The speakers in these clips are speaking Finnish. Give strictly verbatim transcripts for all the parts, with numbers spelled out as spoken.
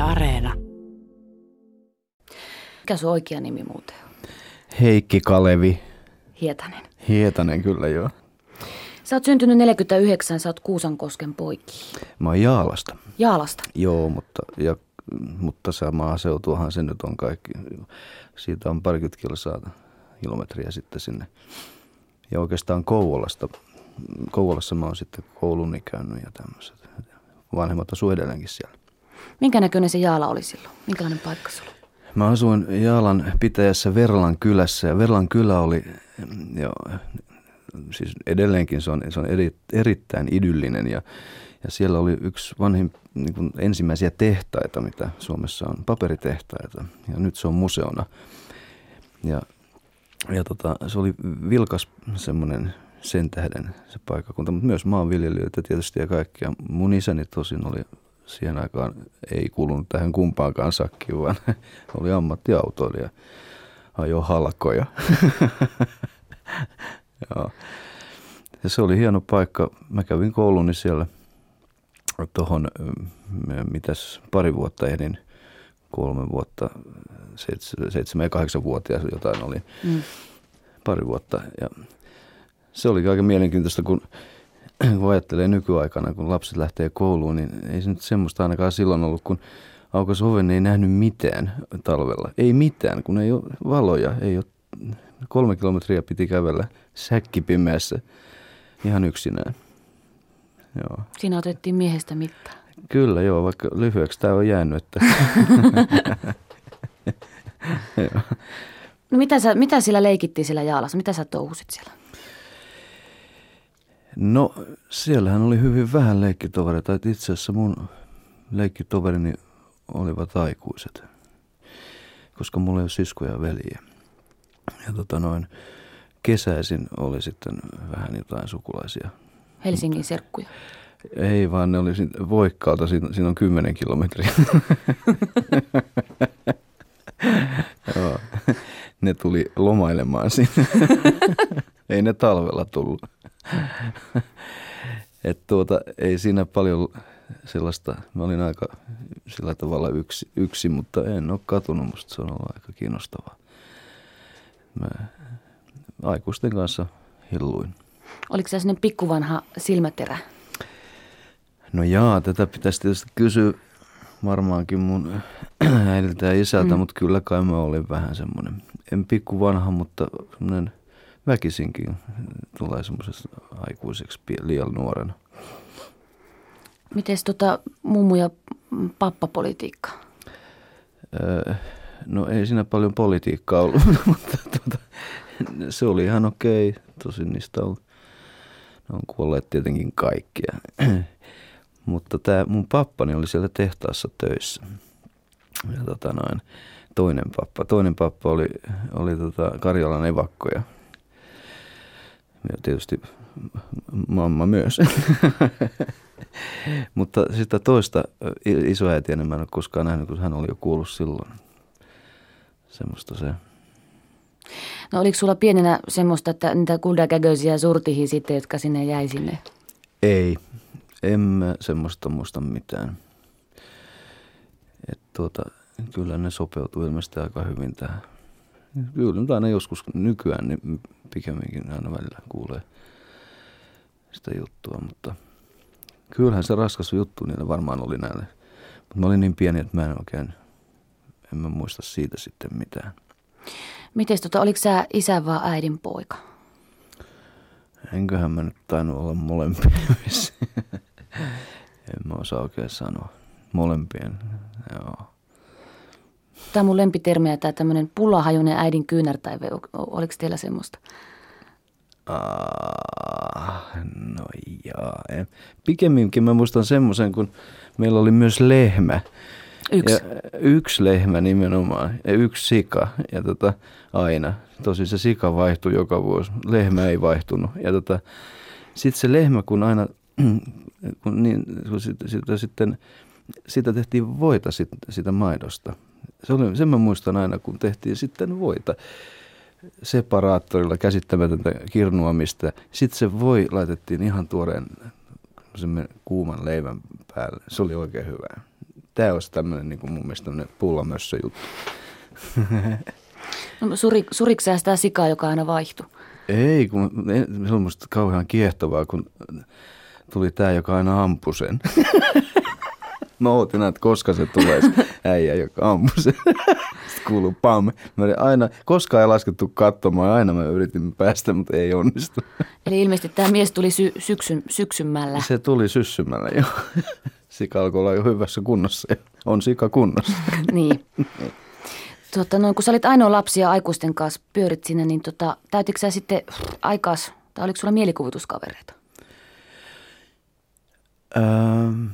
Areena. Mikä sun oikea nimi muuten on? Heikki Kalevi. Hietanen. Hietanen kyllä, joo. Sä oot syntynyt neljäkymmentäyhdeksän, sä oot Kuusankosken poikia. Mä oon Jaalasta. Jaalasta? Joo, mutta, ja, mutta se maaseutuahan se nyt on kaikki. Siitä on parikymmentä kilsaa, kilometriä sitten sinne. Ja oikeastaan Kouvolasta. Kouvolassa mä oon sitten kouluni käynyt ja tämmöiset. Vanhemmat asuu edelleenkin siellä. Minkä näköinen se Jaala oli silloin? Minkälainen paikka sulla? Mä asuin Jaalan pitäjässä Verlan kylässä ja Verlan kylä oli, jo, siis edelleenkin se on, se on eri, erittäin idyllinen ja, ja siellä oli yksi vanhin niin kuin ensimmäisiä tehtaita, mitä Suomessa on, paperitehtaita ja nyt se on museona. Ja, ja tota, se oli vilkas semmoinen sen tähden se paikkakunta, mutta myös maanviljelijöitä tietysti ja kaikkia. Mun isäni tosin oli siihen aikaan, ei kuulunut tähän kumpaankaan sakkiin, vaan oli ammattiautoilija, ajoi halkoja. Joo. Ja se oli hieno paikka. Mä kävin kouluni siellä tuohon, mitäs pari vuotta ehdin, kolme vuotta, seitsemän ja kahdeksan vuotias jotain oli, mm. pari vuotta. Ja se oli aika mielenkiintoista, kun, kun ajattelee nykyaikana, kun lapset lähtee kouluun, niin ei se nyt semmoista ainakaan silloin ollut, kun aukas oven, ei nähnyt mitään talvella. Ei mitään, kun ei ole valoja, ei ole, kolme kilometriä piti kävellä säkkipimeässä ihan yksinään. Joo. Siinä otettiin miehestä mittaa. Kyllä joo, vaikka lyhyeksi tämä on jäänyt. Että no mitä, sä, mitä sillä leikittiin siellä Jaalassa? Mitä sä touhusit siellä? No siellähän oli hyvin vähän leikkitovereita. Itse asiassa mun leikkitoverini olivat aikuiset, koska mulla ei ole siskoja ja veljiä. Ja tota noin, kesäisin oli sitten vähän jotain sukulaisia. Helsingin serkkuja? Ei vaan ne oli Voikkaalta, siinä, siinä on kymmenen kilometriä. Joo. Ne tuli lomailemaan sinne. Ei ne talvella tullut. Et tuota, ei siinä paljon sellaista, mä olin aika sillä tavalla yksi, yksi mutta en ole katunut, musta se on ollut aika kiinnostavaa. Mä aikuisten kanssa hilluin. Oliko se sellainen pikkuvanha silmäterä? No jaa, tätä pitäisi tietysti kysyä varmaankin mun äidiltä ja isältä, mm. mutta kyllä kai mä olin vähän semmoinen, en pikkuvanha, mutta semmoinen väkisinkin tulee semmoisesta aikuiseksi liian nuorena. Mites tota mummu ja pappapolitiikka? Öö, no ei siinä paljon politiikkaa ollut, mutta tuota, se oli ihan okei. Tosin niistä on, on kuolleet tietenkin kaikkia. Mutta tämä mun pappani oli siellä tehtaassa töissä. Ja tota noin, toinen pappa. Toinen pappa oli, oli tota Karjalan evakkoja. Ja tietysti mamma myös. Mutta sitä toista isoäitiä niin mä en ole koskaan nähnyt, kun hän oli jo kuollut silloin. Semmoista se. No oliko sulla pienenä semmoista, että niitä kuldakäköisiä surtihi sitten, jotka sinne jäi sinne? Ei, en mä semmoista muista mitään. Et tuota, kyllä ne sopeutuu ilmeisesti aika hyvin tähän. Kyllä nyt aina joskus nykyään niin pikemminkin aina välillä kuulee sitä juttua, mutta kyllähän se raskas juttu niille varmaan oli näille. Mutta mä olin niin pieni, että mä en oikein, en mä muista siitä sitten mitään. Mites tota, oliko sä isän vai äidin poika? Enköhän mä nyt tainnut olla molempia. En mä osaa oikein sanoa. Molempien, joo. Tämä on mun lempitermiä, tämä tämmöinen pullahajuinen äidin kyynärtaive. Oliko teillä semmoista? Ah, no jaa. Pikemminkin mä muistan semmoisen, kun meillä oli myös lehmä. Yksi? Ja yksi lehmä nimenomaan ja yksi sika. Ja tota, aina. Tosin se sika vaihtui joka vuosi. Lehmä ei vaihtunut. Ja tota, sitten se lehmä, kun aina, kun niin, kun sitä, sitä, sitten, sitä tehtiin voita sit, sitä maidosta. Se oli, sen mä muistan aina, kun tehtiin sitten voita separaattorilla käsittämätöntä kirnuamista. Sitten se voi laitettiin ihan tuoreen kuuman leivän päälle. Se oli oikein hyvää. Tämä olisi tämmöinen niin kuin mun mielestä tämmöinen pullamössö juttu. No, suri, suriko sä sitä sikaa, joka aina vaihtui? Ei, kun se on musta kauhean kiehtovaa, kun tuli tämä, joka aina ampui sen. Mä ootin, että koska se tulee se äijä, joka ampui sen. Sitten kuuluu pam. Mä aina, koskaan ei laskettu katsomaan, aina mä yritin päästä, mutta ei onnistu. Eli ilmeisesti tämä mies tuli sy- syksyn, syksymällä. Se tuli syssymällä, joo. Sika alkoi olla jo hyvässä kunnossa. On sika kunnossa. Niin. Tuota, no, kun sä olit ainoa lapsi ja aikuisten kanssa pyörit sinne, niin tota, täytikö sä sitten aikaas, tai oliko sulla mielikuvituskavereita? Ähm,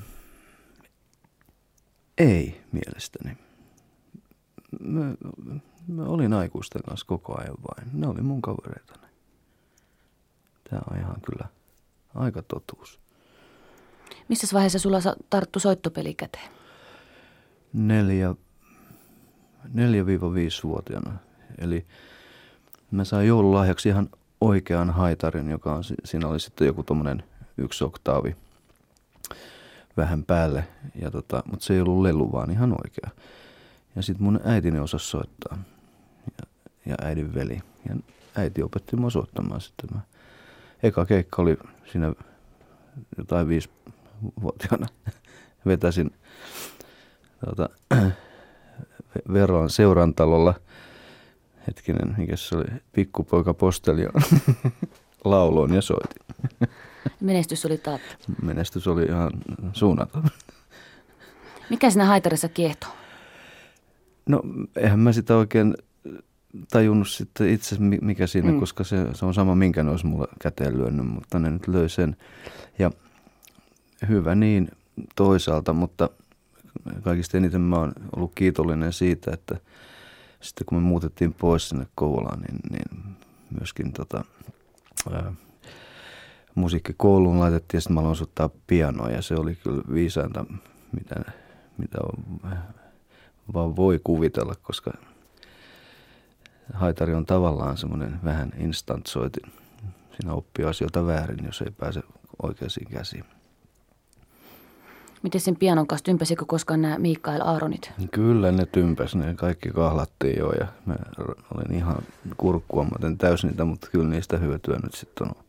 ei mielestäni. Mä, mä olin aikuisten kanssa koko ajan vain. Ne oli mun kavereitani. Tämä on ihan kyllä aika totuus. Missä vaiheessa sulla tarttu soittopeli käteen? Neljä, neljä-viisi-vuotiaana. Eli mä sain joululahjaksi ihan oikean haitarin, joka on, siinä oli sitten joku tommonen yksi oktaavi vähän päälle. Ja tota, mutta se ei ollut lelu, vaan ihan oikea. Ja sitten mun äitini osasi soittaa. Ja, ja äidin veli. Ja äiti opetti mua soittamaan sitten. Mä, eka keikka oli siinä jotain viisivuotiaana. Vetäsin tuota, Veroan seurantalolla. Hetkinen, mikä se oli? Pikkupoika posteljoon. Lauloin ja soitin. Menestys oli taattu. Menestys oli ihan suunnaton. Mikä siinä haitarissa kiehtoo? No, eihän mä sitä oikein tajunnut sitten itse, mikä siinä, mm. koska se, se on sama, minkä ne olisi mulle käteen lyönyt, mutta ne nyt löi sen. Ja hyvä niin toisaalta, mutta kaikista eniten mä oon ollut kiitollinen siitä, että sitten kun me muutettiin pois sinne Kouvolaan, niin, niin myöskin tota, ää, musiikkikouluun laitettiin ja sitten mä aloin soittaa pianoa ja se oli kyllä viisainta, mitä, mitä on, vaan voi kuvitella, koska haitari on tavallaan semmoinen vähän instant-soitin. Siinä oppii asioita väärin, jos ei pääse oikeisiin käsiin. Miten sen pianon kanssa, tympäsikö koskaan nämä Mikael Aaronit? Kyllä ne tympäs, ne kaikki kahlattiin jo ja mä olin ihan kurkkuamaten täysin niitä, mutta kyllä niistä hyötyä nyt sitten on.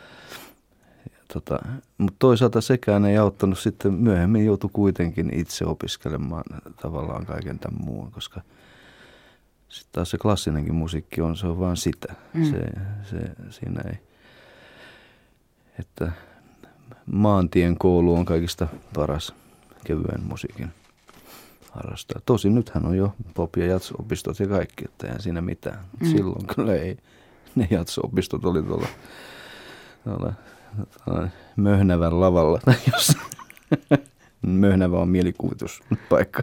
Tota, mutta toisaalta sekään ei auttanut sitten, myöhemmin joutui kuitenkin itse opiskelemaan tavallaan kaiken tämän muun, koska sitten taas se klassinenkin musiikki on, se on vaan sitä, mm. se, se, siinä ei, että maantien koulu on kaikista paras kevyen musiikin harrastaa. Tosin nythän on jo pop- ja jats-opistot ja kaikki, että eihän siinä mitään. Mm. Silloin kyllä ei, ne jats-opistot oli tuolla, tuolla Möhnävän lavalla, tai jos Möhnävä on mielikuvituspaikka.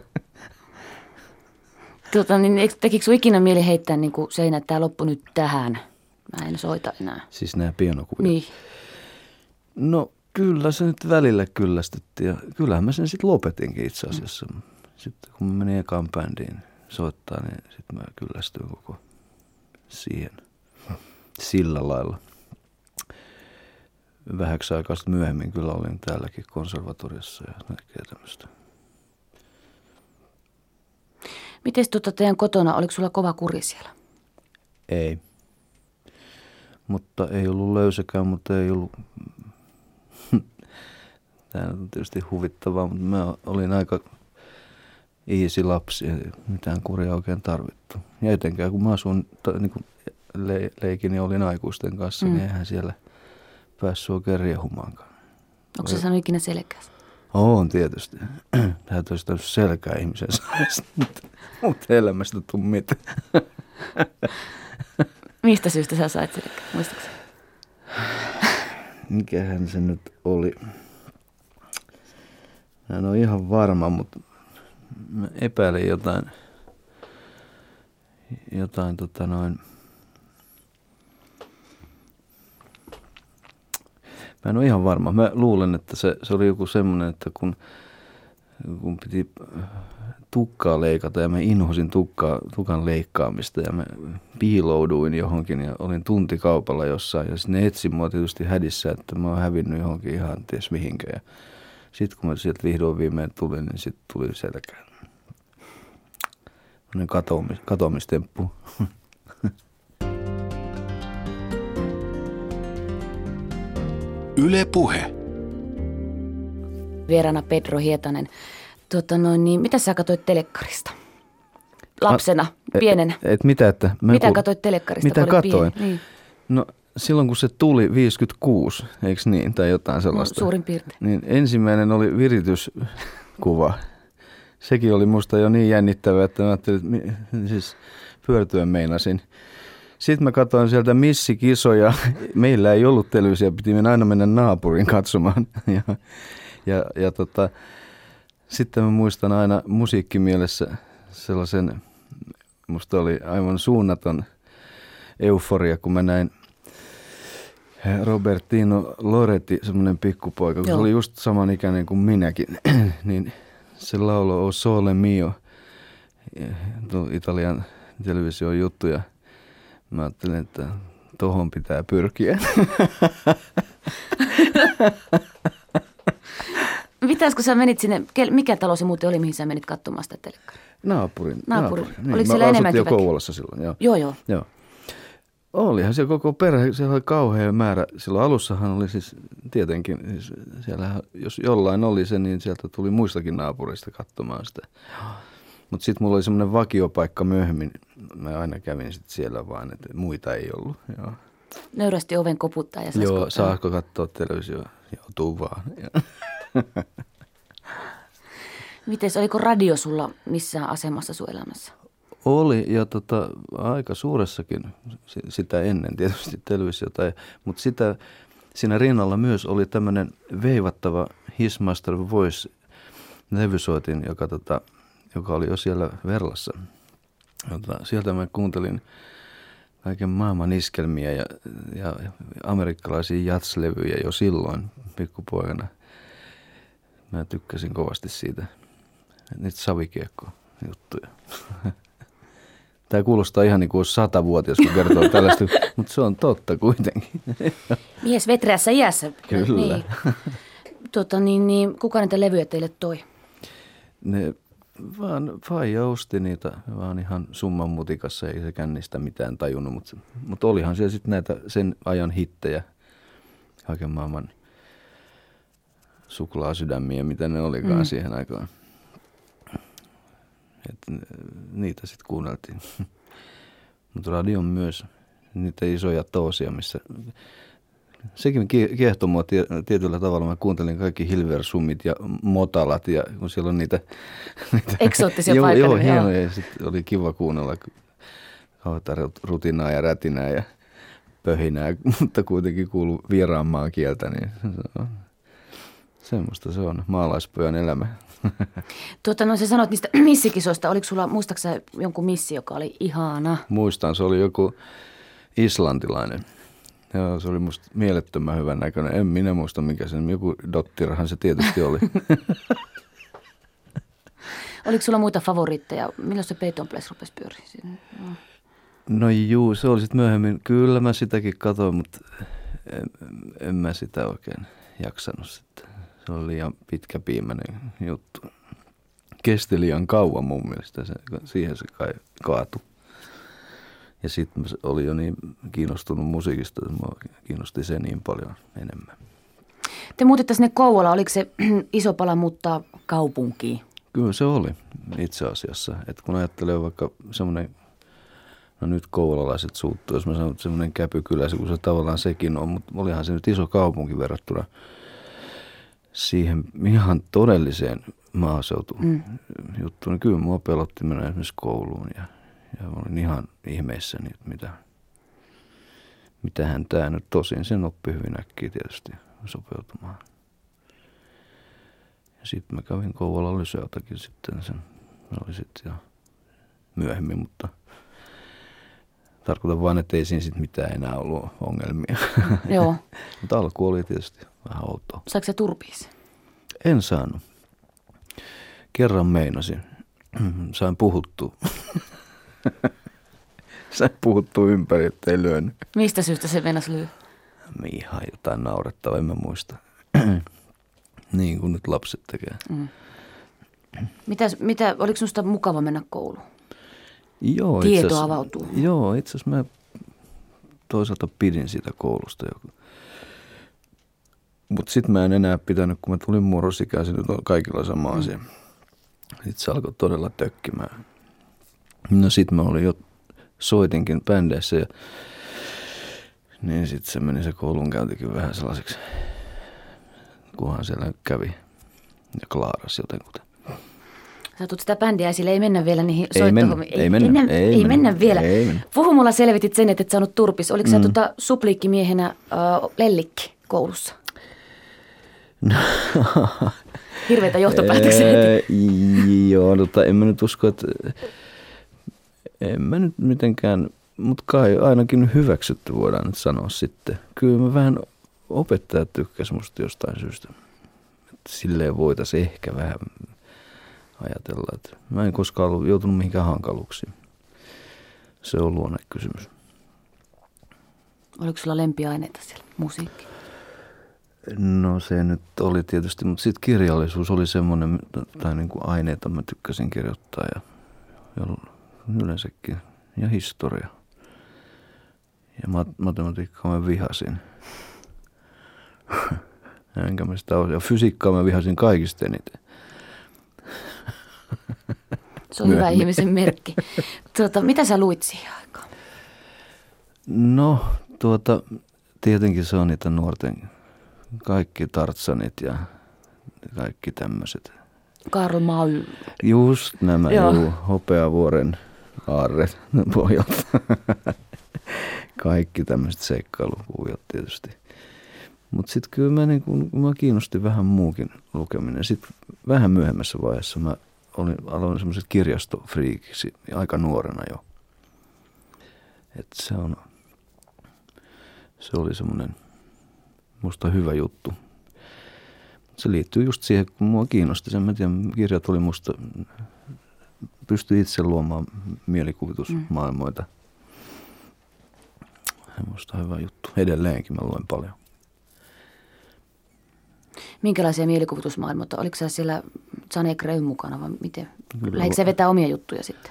Tuota, niin tekikö sinun ikinä mieli heittää niin kuin seinä, että tämä loppu nyt tähän? Mä en soita enää. Siis nämä pianokuviot? Niin. No kyllä se nyt välillä kyllästytti ja kyllähän mä sen sitten lopetinkin itse asiassa. Mm. Sitten kun mä menin ekaan bändiin soittaa, niin sitten mä kyllästyin koko siihen sillä lailla. Vähäksi aikaa myöhemmin kyllä olin täälläkin konservatoriossa ja näkee tämmöistä. Miten tuota teidän kotona, oliko sulla kova kuri siellä? Ei. Mutta ei ollut löysäkään, mutta ei ollut... Tämä on tietysti huvittavaa, mutta mä olin aika easy lapsi, ei mitään kuria oikein tarvittu. Ja etenkään kun mä asun niin kuin le- leikin ja olin aikuisten kanssa, mm. niin eihän siellä päässyt oikein riehumaankaan. Onko se sanonut ikinä selkäästi? On tietysti. Tämä olisi täysin selkää ihmisen saisi, mutta, mutta elämästä tuu mitään. Mistä syystä sä sait selkää? Muistatko? Mikähän se nyt oli? Mä en ole ihan varma, mutta mä epäilin jotain, jotain tota noin, mä en ole ihan varma. Mä luulen, että se, se oli joku semmoinen, että kun, kun piti tukkaa leikata ja mä inhosin tukkaa, tukan leikkaamista ja mä piilouduin johonkin ja olin tuntikaupalla jossain ja sitten ne etsi mua tietysti hädissä, että mä oon hävinnyt johonkin ihan ties mihinkä ja Sitten kun mä sieltä vihdoin viimein tulin, niin sitten tuli selkään. Katoamis, katoamistemppu. Yle Puhe. Vieraana Pedro Hietanen. Tuota noin, niin mitä sä katsoit telekkarista? Lapsena, A, pienenä. Et, et mitä, että mä mitä puh... katsoit telekkarista? Mitä katoin? Niin. No silloin kun se tuli viisikymmentäkuusi, eikö niin, tai jotain sellaista. No, suurin piirtein. Niin ensimmäinen oli virityskuva. Sekin oli musta jo niin jännittävä, että mä ajattelin, että siis pyörtyä meinasin. Sitten mä katsoin sieltä missikisoja. Meillä ei ollut televisio, piti aina mennä naapurin katsomaan. Ja, ja, ja tota, sitten mä muistan aina musiikkimielessä sellaisen, musta oli aivan suunnaton euforia, kun mä näin Robertino Loretti, semmoinen pikkupoika, kun Joo. se oli just samanikäinen kuin minäkin, niin se lauloi O Sole Mio, Italian television juttuja. Mä ajattelin, että tohon pitää pyrkiä. Mitäs kun sä menit sinne, mikä talo se muuten oli, mihin sä menit katsomaan sitä telekkaria? Naapurin. Naapurin. naapurin. Niin. Oliko siellä enemmänkin väkeä? Jo Kouvolassa silloin, joo. Joo, joo. joo. Olihan siellä koko perhe, siellä oli kauhea määrä. Silloin alussahan oli siis tietenkin, siis siellä jos jollain oli se, niin sieltä tuli muistakin naapurista katsomaan sitä. Mutta sitten mulla oli semmoinen vakiopaikka myöhemmin. Mä aina kävin sitten siellä vaan, että muita ei ollut. Joo. Nöyrästi oven koputtaa ja saisiko... Joo, saako katsoa televisio? Joutuu vaan. Mites, oliko radio sulla missään asemassa sun elämässä? Oli, ja tota, aika suuressakin sitä ennen tietysti televisiota, mutta sitä, siinä rinnalla myös oli tämmöinen veivattava His Master Voice-levysoitin, joka, tota, joka oli jo siellä Verlassa. Jota, sieltä mä kuuntelin kaiken maailman iskelmiä ja, ja amerikkalaisia jatslevyjä jo silloin pikkupoikana. Mä tykkäsin kovasti siitä, niitä savikiekko-juttuja. Tämä kuulostaa ihan niin kuin satavuotias, kun kertoo tällaista, mutta se on totta kuitenkin. Mies vetreässä iässä. Kyllä. Niin. Tuota, niin, niin, kuka niitä levyjä teille toi? Ne vaan faija osti niitä, vaan ihan summan mutikassa, ei sekään niistä mitään tajunnut, mutta, mutta olihan siellä sitten näitä sen ajan hittejä, kaiken maailman suklaasydämiä, mitä ne olikaan mm. siihen aikaan. Et niitä sitten kuunneltiin. Mutta radion myös niitä isoja toosia, missä sekin kiehtoi mua tietyllä tavalla. Mä kuuntelin kaikki Hilversummit ja Motalat ja kun siellä on niitä... niitä eksoottisia joo, paikkoja. Joo, hienoja. Ja sitten oli kiva kuunnella kauheata rutinaa ja rätinää ja pöhinää, mutta kuitenkin kuuluu vieraan maan kieltä. Niin semmoista se on, maalaispojan elämä. Tuota, no sä sanoit niistä missikisoista. Oliko sulla, muistaaksä jonkun missi, joka oli ihana? Muistan, se oli joku islantilainen. Joo, se oli musta mielettömän hyvän näköinen. En minä muista mikä sen, joku Dottirhan se tietysti oli. Oliko sulla muita favoriitteja? Milloin se Peyton Place rupesi pyöriä? No. no juu, se oli sitten myöhemmin. Kyllä mä sitäkin katsoin, mutta en, en mä sitä oikein jaksanut sitten. Se oli liian pitkäpiimäinen juttu. Kesti liian kauan mun mielestä, se, siihen se kai kaatui. Ja sitten oli jo niin kiinnostunut musiikista, että mua kiinnosti se niin paljon enemmän. Te muutitte sinne Kouvolaan, oliko se iso pala muuttaa kaupunkiin? Kyllä se oli itse asiassa. Että kun ajattelee vaikka semmoinen, no nyt kouvolalaiset suuttuu, jos mä sanon, että semmoinen käpykylä, kun se tavallaan sekin on, mutta olihan se nyt iso kaupunki verrattuna siihen ihan todelliseen maaseutuun mm. juttuun. Niin kyllä mua pelotti mennä esimerkiksi kouluun ja, ja olin ihan ihmeissäni, että mitä, mitähän tämä nyt tosin. Sen oppi hyvin äkkiä tietysti sopeutumaan. Ja sitten mä kävin Kouvolan Lyseotakin sitten. Sen oli sitten jo myöhemmin, mutta tarkoitan vaan, että ei siinä sitten mitään enää ollut ongelmia. Joo. Mutta alku oli tietysti vähän outoa. Saatko sä turpiisi? En saanut. Kerran meinasin. Sain puhuttua. Sain puhuttua ympäri, ettei lyönyt. Mistä syystä se meinasi lyö? Ihan jotain naurettavaa, en mä muista. Niin kuin nyt lapset tekee. Mm. Mitä, mitä, oliko sinusta mukava mennä kouluun? Joo, Tieto avautuu. Joo, itse asiassa mä toisaalta pidin siitä koulusta. Mutta sitten mä en enää pitänyt, kun mä tulin murrosikään, se nyt on kaikilla sama mm. asia. Sitten se alkoi todella tökkimään. No sit mä olin jo, soitinkin bändeissä ja niin sitten se meni se koulunkäyntikin vähän sellaiseksi, kunhan siellä kävi ja klaaras jotenkuten. Sä tulet sitä bändiä esille, ei mennä vielä niihin soittohommiin. Ei, ei, mennä, ei, ei, ei mennä, mennä vielä. Ei mennä. Puhu mulla selvitit sen, että et saanut turpis. Oliko mm. sä tuota supliikkimiehenä äh, lellikki koulussa? No. Hirveitä johtopäätöksiä heti. Joo, mutta en mä nyt usko, että en mä nyt mitenkään, mutta kai ainakin hyväksytty voidaan nyt sanoa sitten. Kyllä mä vähän opettajat tykkäs musta jostain syystä. Että silleen voitaisiin ehkä vähän ajatella, että mä en koskaan ollut joutunut mihinkään hankaluuksiin. Se on luonnekysymys. Oliko sulla lempiaineita siellä, musiikki? No se nyt oli tietysti, mutta sitten kirjallisuus oli semmoinen, tai niin kuin aineita mä tykkäsin kirjoittaa ja, ja yleensäkin, ja historia. Ja mat- matematiikkaa mä vihasin. Enkä mä sitä ole. Ja fysiikkaa mä vihasin kaikista eniten. Se on hyvä ihmisen merkki. Tuota, mitä sä luit siihen aikaan? No, tuota, tietenkin se on niitä nuorten, kaikki Tartsanit ja kaikki tämmöiset. Karl May. Just nämä, juu, Hopeavuoren aarret pohjalta. Kaikki tämmöiset seikkailupuujat tietysti. Mutta sitten kyllä mä, niin kun, mä kiinnostin vähän muukin lukeminen. Sitten vähän myöhemmässä vaiheessa mä olin, aloin semmoiset kirjastofriikiksi aika nuorena jo. Et se on, se oli semmoinen musta hyvä juttu. Se liittyy just siihen, kun mua kiinnosti sen. Mä tiedän, kirjat oli musta, pystyi itse luomaan mielikuvitusmaailmoita. Musta hyvä juttu. Edelleenkin mä luen paljon. Minkälaisia mielikuvitusmaailmoita? Oliko sä siellä Zane Greyn mukana vai miten? Lähdikö sä vetää omia juttuja sitten?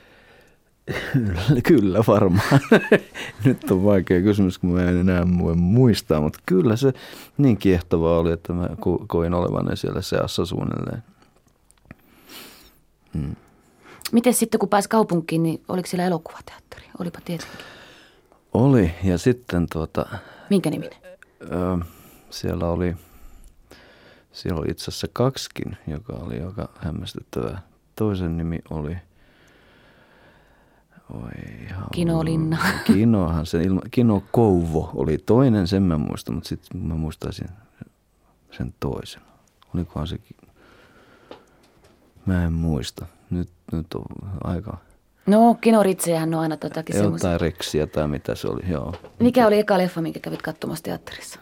Kyllä varmaan. Nyt on vaikea kysymys, kun mä en enää muistaa, mutta kyllä se niin kiehtovaa oli, että mä koin olevan siellä seassa suunnilleen. Hmm. Miten sitten, kun pääsi kaupunkiin, niin oliko siellä elokuvateatteri? Olipa tietenkin. Oli, ja sitten tuota... Minkä niminen? Ö, siellä oli, siellä oli itse asiassa kaksikin, joka oli aika hämmästyttävää. Toisen nimi oli... Oi, Kinolinna. Kinohan se, ilma, Kino Kouvo oli toinen, sen mä muistan, mutta sitten mä muistaisin sen toisen. Olikohan sekin? Mä en muista. Nyt, nyt on aika... No, Kinoritseähän on aina totakin jotain semmoista. Reksiä tai mitä se oli, joo. Mikä oli eka leffa, minkä kävit katsomassa teatterissa?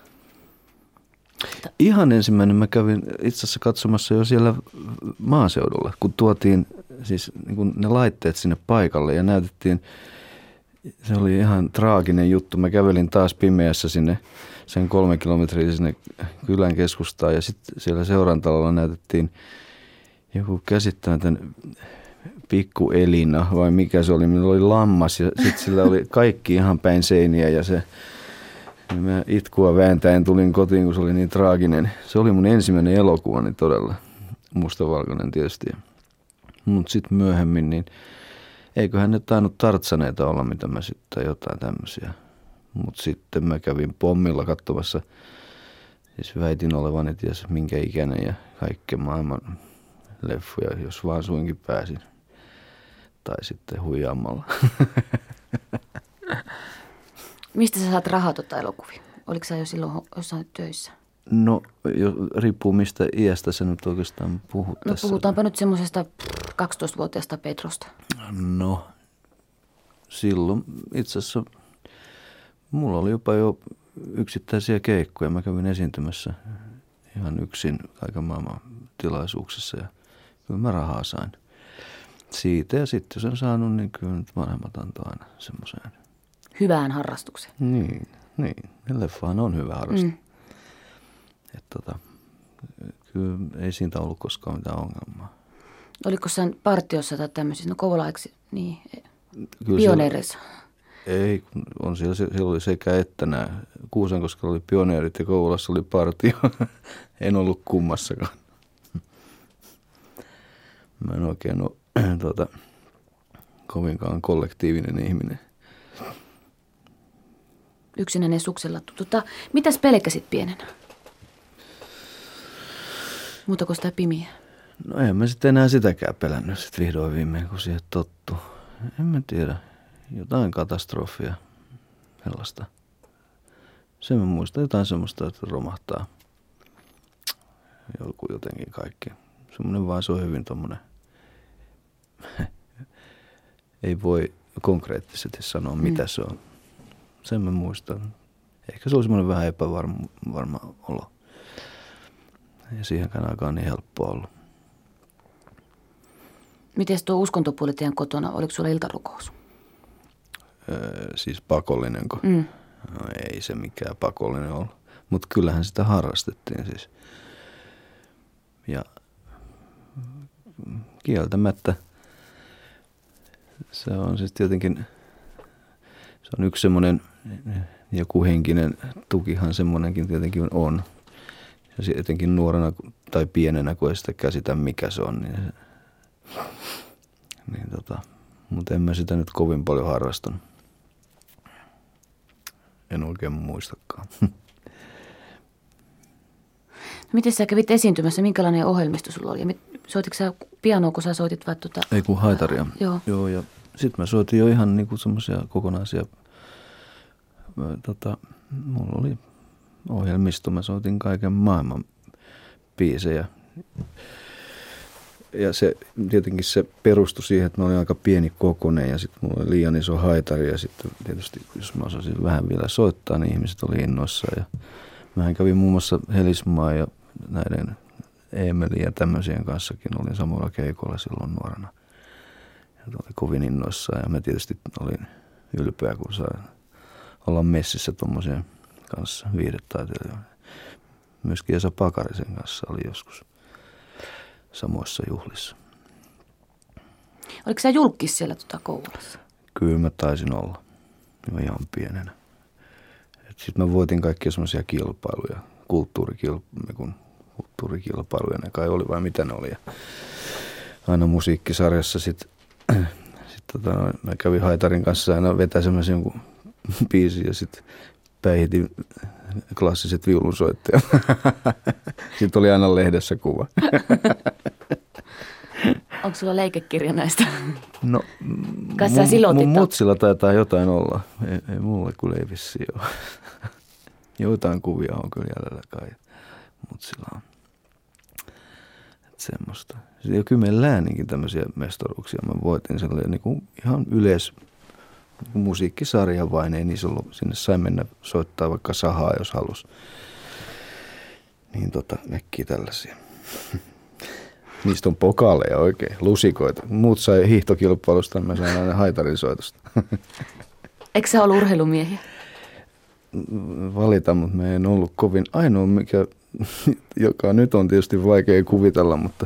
Ihan ensimmäinen mä kävin itse asiassa katsomassa jo siellä maaseudulla, kun tuotiin siis niin kun ne laitteet sinne paikalle ja näytettiin, se oli ihan traaginen juttu. Mä kävelin taas pimeässä sinne sen kolme kilometriä sinne kylän keskustaan ja sitten siellä seurantalolla näytettiin joku käsittämätön pikku Elina vai mikä se oli, millä oli lammas ja sitten sillä oli kaikki ihan päin seiniä ja se... Mä itkua vääntäen tulin kotiin, kun se oli niin traaginen. Se oli mun ensimmäinen elokuva, niin todella mustavalkoinen tietysti. Mutta sitten myöhemmin, niin eiköhän ne tainnut Tartsaneita olla, mitä mä sitten jotain tämmöisiä. Mutta sitten mä kävin pommilla katsomassa, siis väitin olevani ties minkä ikäinen ja kaikkea maailman leffuja, jos vaan suinkin pääsin. Tai sitten huijaamalla. Mistä sä saat rahaa tuota elokuvia? Oliko sä jo silloin jossain töissä? No, jo, riippuu mistä iästä sä nyt oikeastaan puhut No tässä. puhutaanpa nyt semmoisesta kaksitoistavuotiaasta Pedrosta. No, silloin itse asiassa mulla oli jopa jo yksittäisiä keikkoja. Mä kävin esiintymässä ihan yksin kaiken maailman tilaisuuksissa ja kyllä mä rahaa sain siitä. Ja sitten jos en saanut, niin kyllä nyt vanhemmat antoi aina semmoiseen. Hyvään harrastukseen. Niin, niin. Leffahan on hyvä harrastus. Mm. Että tota, kyllä ei siitä ollut koskaan mitään ongelmaa. Oliko sen partiossa tai tämmöisissä, no Kouvolaiksi, niin Kyllä pioneereissa? Siellä, ei, on siellä, siellä oli sekä että nämä. Kuusankoskella oli pioneerit ja Kouvolassa oli partio. En ollut kummassakaan. Mä en oikein ole tuota, kovinkaan kollektiivinen ihminen. Yksinäinen suksella. Tota, mitäs pelkäsit pienenä? Muuta kuin sitä pimiä? No en mä sitten enää sitäkään pelännyt sit vihdoin viimein, kun siihen tottu. En mä tiedä. Jotain katastrofia. Sellaista. Sen mä muistan jotain semmoista, että romahtaa joku jotenkin kaikki. Semmoinen vaan se on hyvin tommonen. Ei voi konkreettisesti sanoa, mitä mm. se on. Sen mä muistan. Ehkä se oli semmoinen vähän epävarma varma olo. Ja siihenkään aikaan niin helppoa ollut. Miten tuo uskontopuoli teidän kotona? Oliko sulla iltarukous? Öö, siis pakollinenko? Mm. No, ei se mikään pakollinen ollut. Mutta kyllähän sitä harrastettiin siis. Ja kieltämättä se on siis tietenkin, se on yksi semmoinen, joku henkinen tukihan semmoinenkin tietenkin on. Ja etenkin nuorena tai pienenä, kun ei sitä käsitä mikä se on, niin, niin tota, mutta en mä sitä nyt kovin paljon harrastanut. En oikein muistakaan. Miten sä kävit esiintymässä? Minkälainen ohjelmisto sulla oli? Soititko sä pianoa, kun sä soitit vai tuota? Ei kun haitaria. Joo. Joo, ja sit mä soitin jo ihan niinku semmoisia kokonaisia, tota, mulla oli ohjelmisto, mä soitin kaiken maailman biisejä. Ja se tietenkin se perustui siihen, että mä olin aika pieni kokonen ja sitten mulla oli liian iso haitari ja sitten tietysti jos mä osasin vähän vielä soittaa, niin ihmiset oli innoissaan. Ja mähän kävin muun muassa Helismaa ja näiden Eemelin ja tämmöisien kanssakin olin samalla keikolla silloin nuorena. Ja oli kovin innoissaan ja mä tietysti olin ylpeä, kun sain olla messissä tuommoisen kanssa viihdetaiteilijoiden. Myöskin Esa Pakarisen kanssa oli joskus samoissa juhlissa. Oliko sä julkkis siellä tuota Kouvolassa? Kyllä mä taisin olla. Jo ihan pienenä. Sitten mä voitin kaikkia semmoisia kilpailuja, kulttuurikilpailuja, kulttuurikilpailuja ne kai oli vai mitä ne oli. Ja aina musiikkisarjassa sitten sit tota, mä kävin haitarin kanssa aina vetäsemässä jonkun biisin ja sitten päihitin klassiset viulunsoittajat. Sitten oli aina lehdessä kuva. Onko sulla leikekirja näistä? No, mun, mun mutsilla taitaa jotain olla. Ei, ei mulle kyllä ei vissiin ole. Joitain kuvia on kyllä jäljellä kai. Mutsilla on. Että semmoista. Ja kyllä meillä lääninkin tämmöisiä mestaruuksia. Mä voitin sellainen niin kuin ihan yleis niin kuin musiikkisarja vain. Ei niissä ollut. Sinne sai mennä soittaa vaikka sahaa, jos halus. Niin tota, näkkii tällaisia. Niistä on pokaaleja oikein, lusikoita. Muut sai hiihtokilpailusta, mä sain aina haitarin soitosta. Eikö sä ollut urheilumiehiä? Valita, mutta mä en ollut kovin ainoa, mikä, joka nyt on tietysti vaikea kuvitella, mutta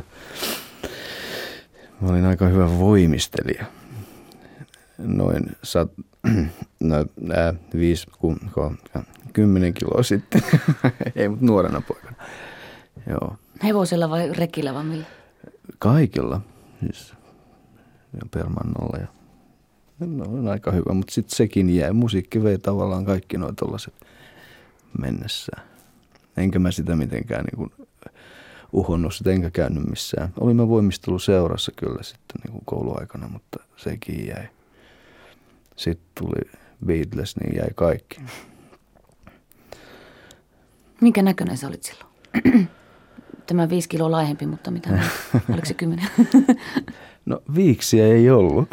mä olin aika hyvä voimistelija. Noin sat, no, ää, viisi, ku, ku, kymmenen kiloa sitten. Ei, mutta nuorena poikana. Joo. Hevosella vai rekillä vai millä? Kaikilla. Siis permannolla ja no, on aika hyvä, mutta sitten sekin jäi. Musiikki vei tavallaan kaikki nuo tollaset mennessään. Enkä mä sitä mitenkään niin kuin uhonnut sitä, enkä käynyt missään. Olin mä voimisteluseurassa kyllä sitten niin kuin kouluaikana, mutta sekin jäi. Sitten tuli Beatles, niin jäi kaikki. Minkä näköinen sä olit silloin? Tämä viisi kiloa laihempi, mutta mitä? Oliko se kymmenen? No viiksiä ei ollut.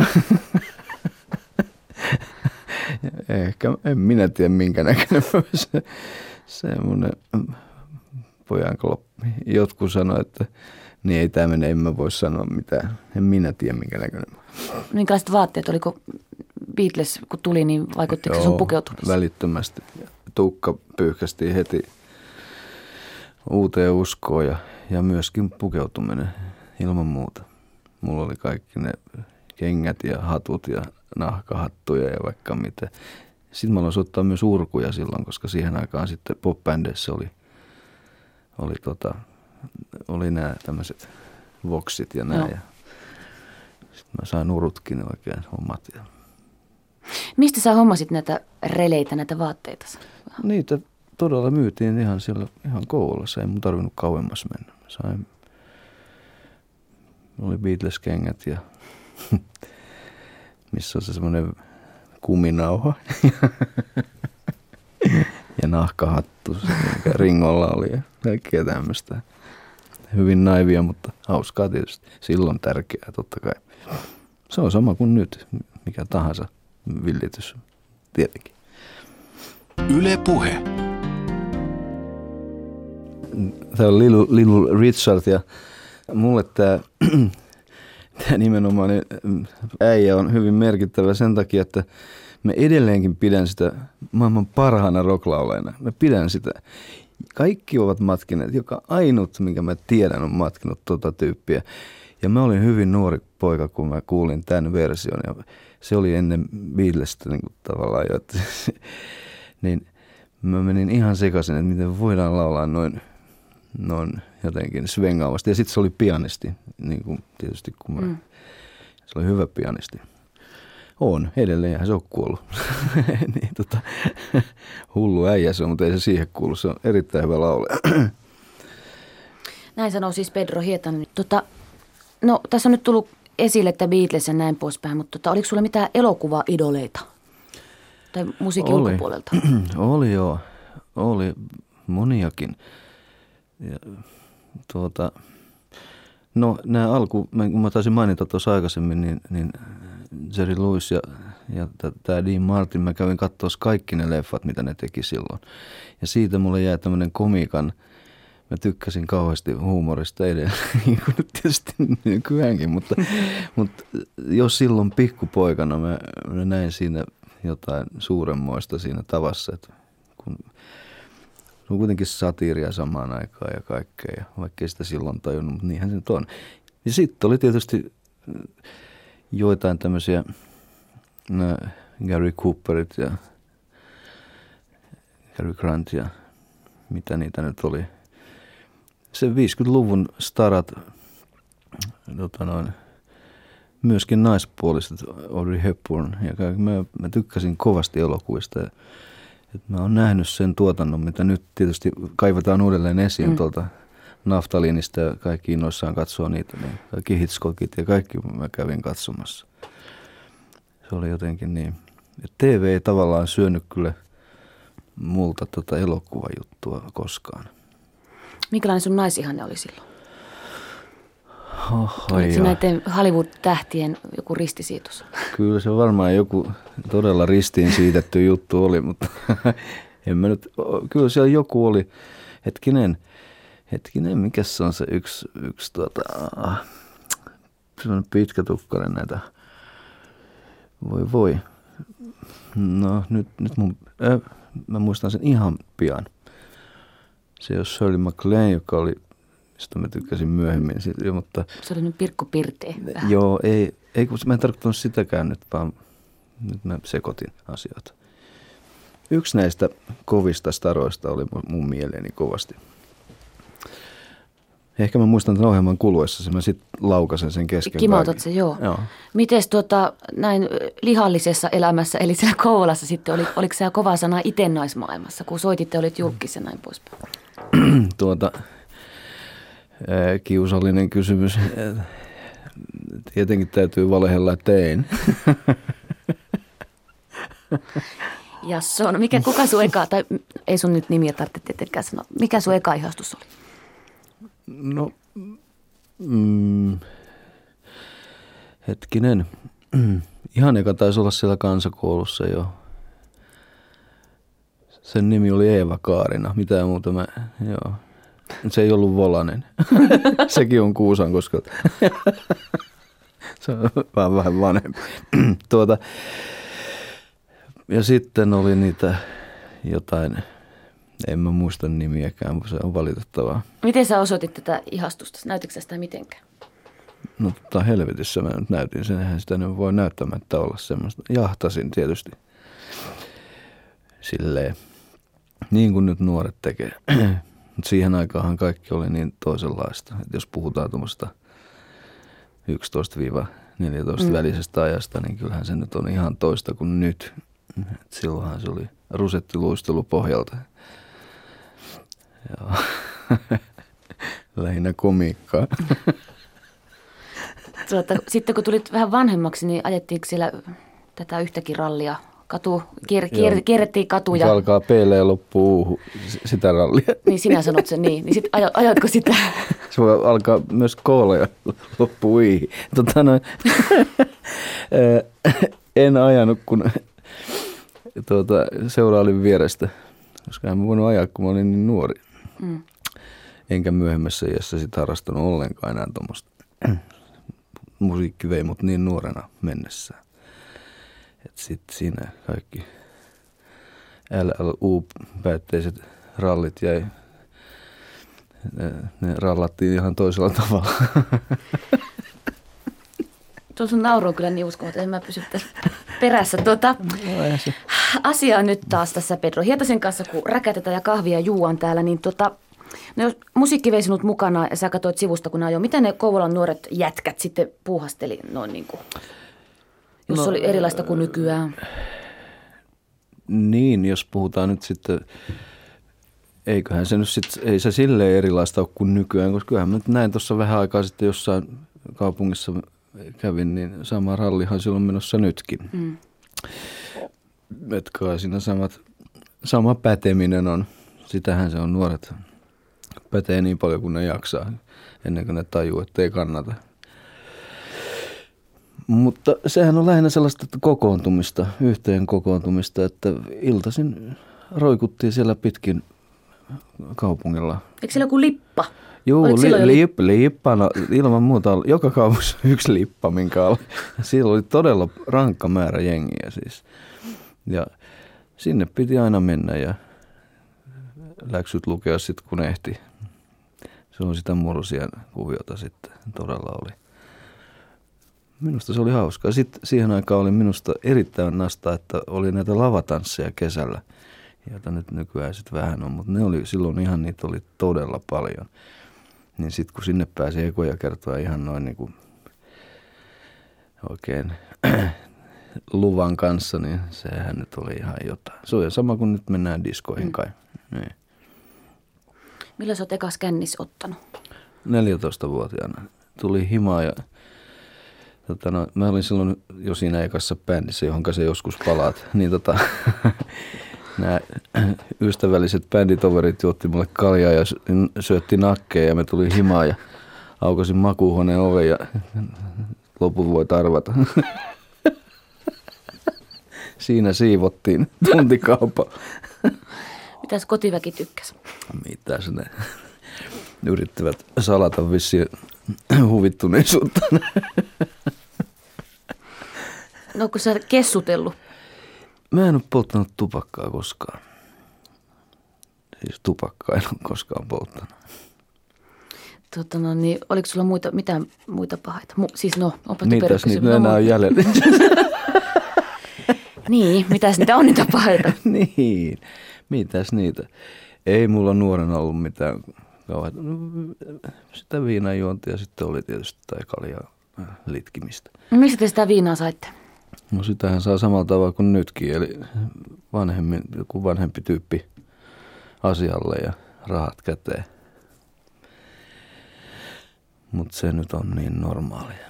Ehkä, en minä tiedä minkä näköinen se, semmoinen pojankloppi. Jotkut sanoi, että niin ei tämä mene, en mä voi sanoa mitään. En minä tiedä minkä näköinen. Minkälaiset vaatteet? Oliko Beatles, kun tuli, niin vaikuttiko se sun pukeutumiseen? Välittömästi. Tukka pyyhkästiin heti uuteen uskoon ja, ja myöskin pukeutuminen ilman muuta. Mulla oli kaikki ne kengät ja hatut ja nahkahattuja ja vaikka mitä. Sitten mä aloin ottaa myös urkuja silloin, koska siihen aikaan sitten pop-bändeissä oli, oli, tota, oli nämä tämmöiset voksit ja nämä. Ja sitten mä sain urutkin oikein omat. Ja mistä sä hommasit näitä releitä, näitä vaatteita? niitä todella myytiin ihan siellä ihan Kouvolassa. Ei mun tarvinnut kauemmas mennä. Mä sain, oli Beatles-kengät ja missä on se semmoinen kuminauha ja nahkahattu, se, mikä Ringolla oli ja kaikkea tämmöistä. Hyvin naivia, mutta hauskaa tietysti. Silloin tärkeää totta kai. Se on sama kuin nyt, mikä tahansa villitys tietenkin. Yle Puhe. Tämä on Little, Little Richard ja mulle tämä, tämä nimenomainen äijä on hyvin merkittävä sen takia, että mä edelleenkin pidän sitä maailman parhaana rocklaulajana. Mä pidän sitä. Kaikki ovat matkineet. Joka ainut, minkä mä tiedän, on matkinut tuota tyyppiä. Ja mä olin hyvin nuori poika, kun mä kuulin tämän version. Ja se oli ennen Beatlesta niin kuin tavallaan jo. Että, niin mä menin ihan sekaisin, että miten voidaan laulaa noin, noin jotenkin svengaavasti. Ja sitten se oli pianisti, niin kuin tietysti kun mä, mm. se oli hyvä pianisti. On, edelleen se on kuollut. niin, tota, hullu äijä se on, mutta ei se siihen kuulu. Se on erittäin hyvä laulaja. Näin sanoo siis Pedro Hietanen. Tota, no, tässä on nyt tullut esille, että Beatles ja näin poispäin, mutta tota, oliko sulla mitään elokuvaidoleita? Tai musiikin oli. Ulkopuolelta? Oli joo. Oli moniakin. Ja, tuota, no nämä alku, kun mä taisin mainita tuossa aikaisemmin, niin, niin Jerry Lewis ja, ja tämä Dean Martin, mä kävin katsoa kaikki ne leffat, mitä ne teki silloin. Ja siitä mulle jäi tämmöinen komiikan, mä tykkäsin kauheasti huumorista edelleen, niin kuin nyt tietysti nykyäänkin, mutta, mutta jos silloin pikkupoikana mä, mä näin siinä jotain suuremmoista siinä tavassa, että kun se on kuitenkin satiiria samaan aikaan ja kaikkea, ja vaikkei sitä silloin tajunnut, mutta niinhän se nyt on. Ja sitten oli tietysti joitain tämmöisiä no, Gary Cooperit ja Gary Grant ja mitä niitä nyt oli. Se viisikymmentäluvun starat, tota noin, myöskin naispuoliset, Audrey Hepburn ja kaikki. Mä, mä tykkäsin kovasti elokuvista. Ja, et mä oon nähnyt sen tuotannon, mitä nyt tietysti kaivataan uudelleen esiin mm. tuolta naftaliinista ja kaikki innoissaan katsoo niitä. Niin kaikki Hitchcockit ja kaikki mä kävin katsomassa. Se oli jotenkin niin. Ja T V ei tavallaan syönyt kyllä multa tota elokuvajuttua koskaan. Minkälainen sun naisihanne oli silloin? Oh, oliko näiden Hollywood-tähtien joku ristisiitos? Kyllä se varmaan joku todella ristiin siitetty juttu oli, mutta en mä nyt, kyllä siellä joku oli. Hetkinen, hetkinen, mikä se on se yksi, yksi tuota, semmoinen pitkätukkainen näitä, voi voi. No nyt, nyt mun, äh, mä muistan sen ihan pian. Se on Shirley MacLaine, joka oli, mistä mä tykkäsin myöhemmin. Mutta, se oli nyt Pirkko Pirtee. Joo, ei, ei kun mä en tarkoittanut sitäkään nyt, vaan nyt mä sekoitin asioita. Yksi näistä kovista staroista oli mun mieleeni kovasti. Ehkä mä muistan tämän ohjelman kuluessa, mä sitten laukasen sen kesken. Kimautat se, joo. joo. Mites tuota, näin lihallisessa elämässä, eli siellä Kouvolassa sitten, oli, oliko se kova sana ite naismaailmassa, kun soititte, olit julkis ja näin poispäin? tuota, ää, kiusallinen kysymys. Tietenkin täytyy valehella, että tein. Ja se on, mikä, kuka sun eka, tai ei sun nyt nimiä tarvitse tietenkään sanoa, mikä sun eka ihastus oli? No, mm, hetkinen. Ihan eka taisi olla siellä kansakoulussa jo. Sen nimi oli Eeva Kaarina. Mitään muuta mä, joo. Se ei ollut Volanen. Sekin on Kuusan, koska se on vähän, vähän vanhempi. tuota, ja sitten oli niitä jotain En mä muista nimiäkään, se on valitettavaa. Miten sä osoitit tätä ihastusta? Näytitkö sä sitä mitenkään? No tota helvetissä mä nyt näytin sen, eihän sitä nyt voi näyttämättä olla semmoista. Jahtasin tietysti silleen, niin kuin nyt nuoret tekee. Mutta siihen aikaanhan kaikki oli niin toisenlaista. Et jos puhutaan tuommoista yksitoista neljätoista mm. välisestä ajasta, niin kyllähän se nyt on ihan toista kuin nyt. Et silloinhan se oli rusettiluistelu pohjalta. Joo. Lähinnä komiikkaa. Tuota, sitten kun tulit vähän vanhemmaksi, niin ajettiinko siellä tätä yhtäkin rallia? Katu, kier, kier, kierrettiin katuja. Se alkaa peille ja loppuu uuhu, sitä rallia. Niin sinä sanot sen niin. Niin sitten ajatko sitä? Se voi alkaa myös koolla ja loppuu iihin. Tota noin, en ajanut, kun tuota, seurailin vierestä, koska en voinut ajaa, kun mä olin niin nuori. Mm. Enkä myöhemmässä iässä sit harrastanut ollenkaan enää tuommoista. Musiikki vei mut niin nuorena mennessään. Että sitten siinä kaikki L L U-päätteiset rallit jäi, ne, ne rallattiin ihan toisella tavalla. Tuo sun nauru on kyllä niin uskomaton, en mä pysy tässä perässä. Tuota, asia nyt taas tässä Pedro Hietasen kanssa, kun räkätetään ja kahvia juuan täällä, niin tota, no jos musiikki vei sinut mukana ja sä katsoit sivusta, kun ajoi, mitä ne Kouvolan nuoret jätkät sitten puuhasteli noin niin kuin, jos no, oli erilaista kuin nykyään? Niin, jos puhutaan nyt sitten, eiköhän se nyt sitten, ei se silleen erilaista ole kuin nykyään, koska kyllähän mä nyt näin tuossa vähän aikaa sitten jossain kaupungissa kävin, niin sama rallihan silloin menossa nytkin. Mm. Et kai siinä samat, sama päteminen on, sitähän se on, nuoret pätee niin paljon kuin ne jaksaa, ennen kuin ne tajuu, että ei kannata. Mutta sehän on lähinnä sellaista kokoontumista, yhteen kokoontumista, että iltaisin roikuttiin siellä pitkin kaupungilla. Eikö siellä joku lippa? Joo, li, lip, lippa, no, ilman muuta joka kaupungissa yksi lippa, minkä oli. Siellä oli todella rankka määrä jengiä siis. Ja sinne piti aina mennä ja läksyt lukea sitten kun ehti. Se on sitä Mursian kuviota sitten, todella oli. Minusta se oli hauskaa. Sitten siihen aikaan oli minusta erittäin nasta, että oli näitä lavatansseja kesällä, joita nyt nykyään sitten vähän on, mutta ne oli silloin ihan, niitä oli todella paljon. Niin sitten kun sinne pääsi ekoja kertoa ihan noin niin kuin oikein luvan kanssa, niin sehän nyt oli ihan jotain. Se on sama kuin nyt mennään diskoihin kai. Mm. Niin. Milloin sä oot ekas kännis ottanut? neljätoistavuotiaana. Tuli himaa ja tota, no, mä olin silloin jo siinä ekassa bändissä, johonka se joskus palaat. Niin tota, nämä ystävälliset bänditoverit juotti mulle kaljaa ja syötti nakkeja ja me tuli himaa ja aukasin makuuhuoneen oven ja lopun voit arvata. Siinä siivottiin tuntikaupa. Mitäs kotiväki tykkäsi? Mitäs ne yrittivät salata vissiin huvittuneisuutta. No onko sä kessutellut? Mä en ole polttanut tupakkaa koskaan. Siis tupakkaa en ole koskaan polttanut. Tota no niin, oliko sulla muita, mitään muita pahaita? Mu, siis no, onpa mitäs niitä enää on jäljellä? Niin, mitäs niitä on niitä pahaita? Niin, mitäs niitä? Ei mulla nuorena ollut mitään kauheita. Sitä viinanjuontia sitten oli tietysti tai kaljaa litkimistä. Mistä te sitä viinaa saitte? No sitähän saa samalla tavalla kuin nytkin, eli vanhemmin, joku vanhempi tyyppi asialle ja rahat käteen. Mutta se nyt on niin normaalia.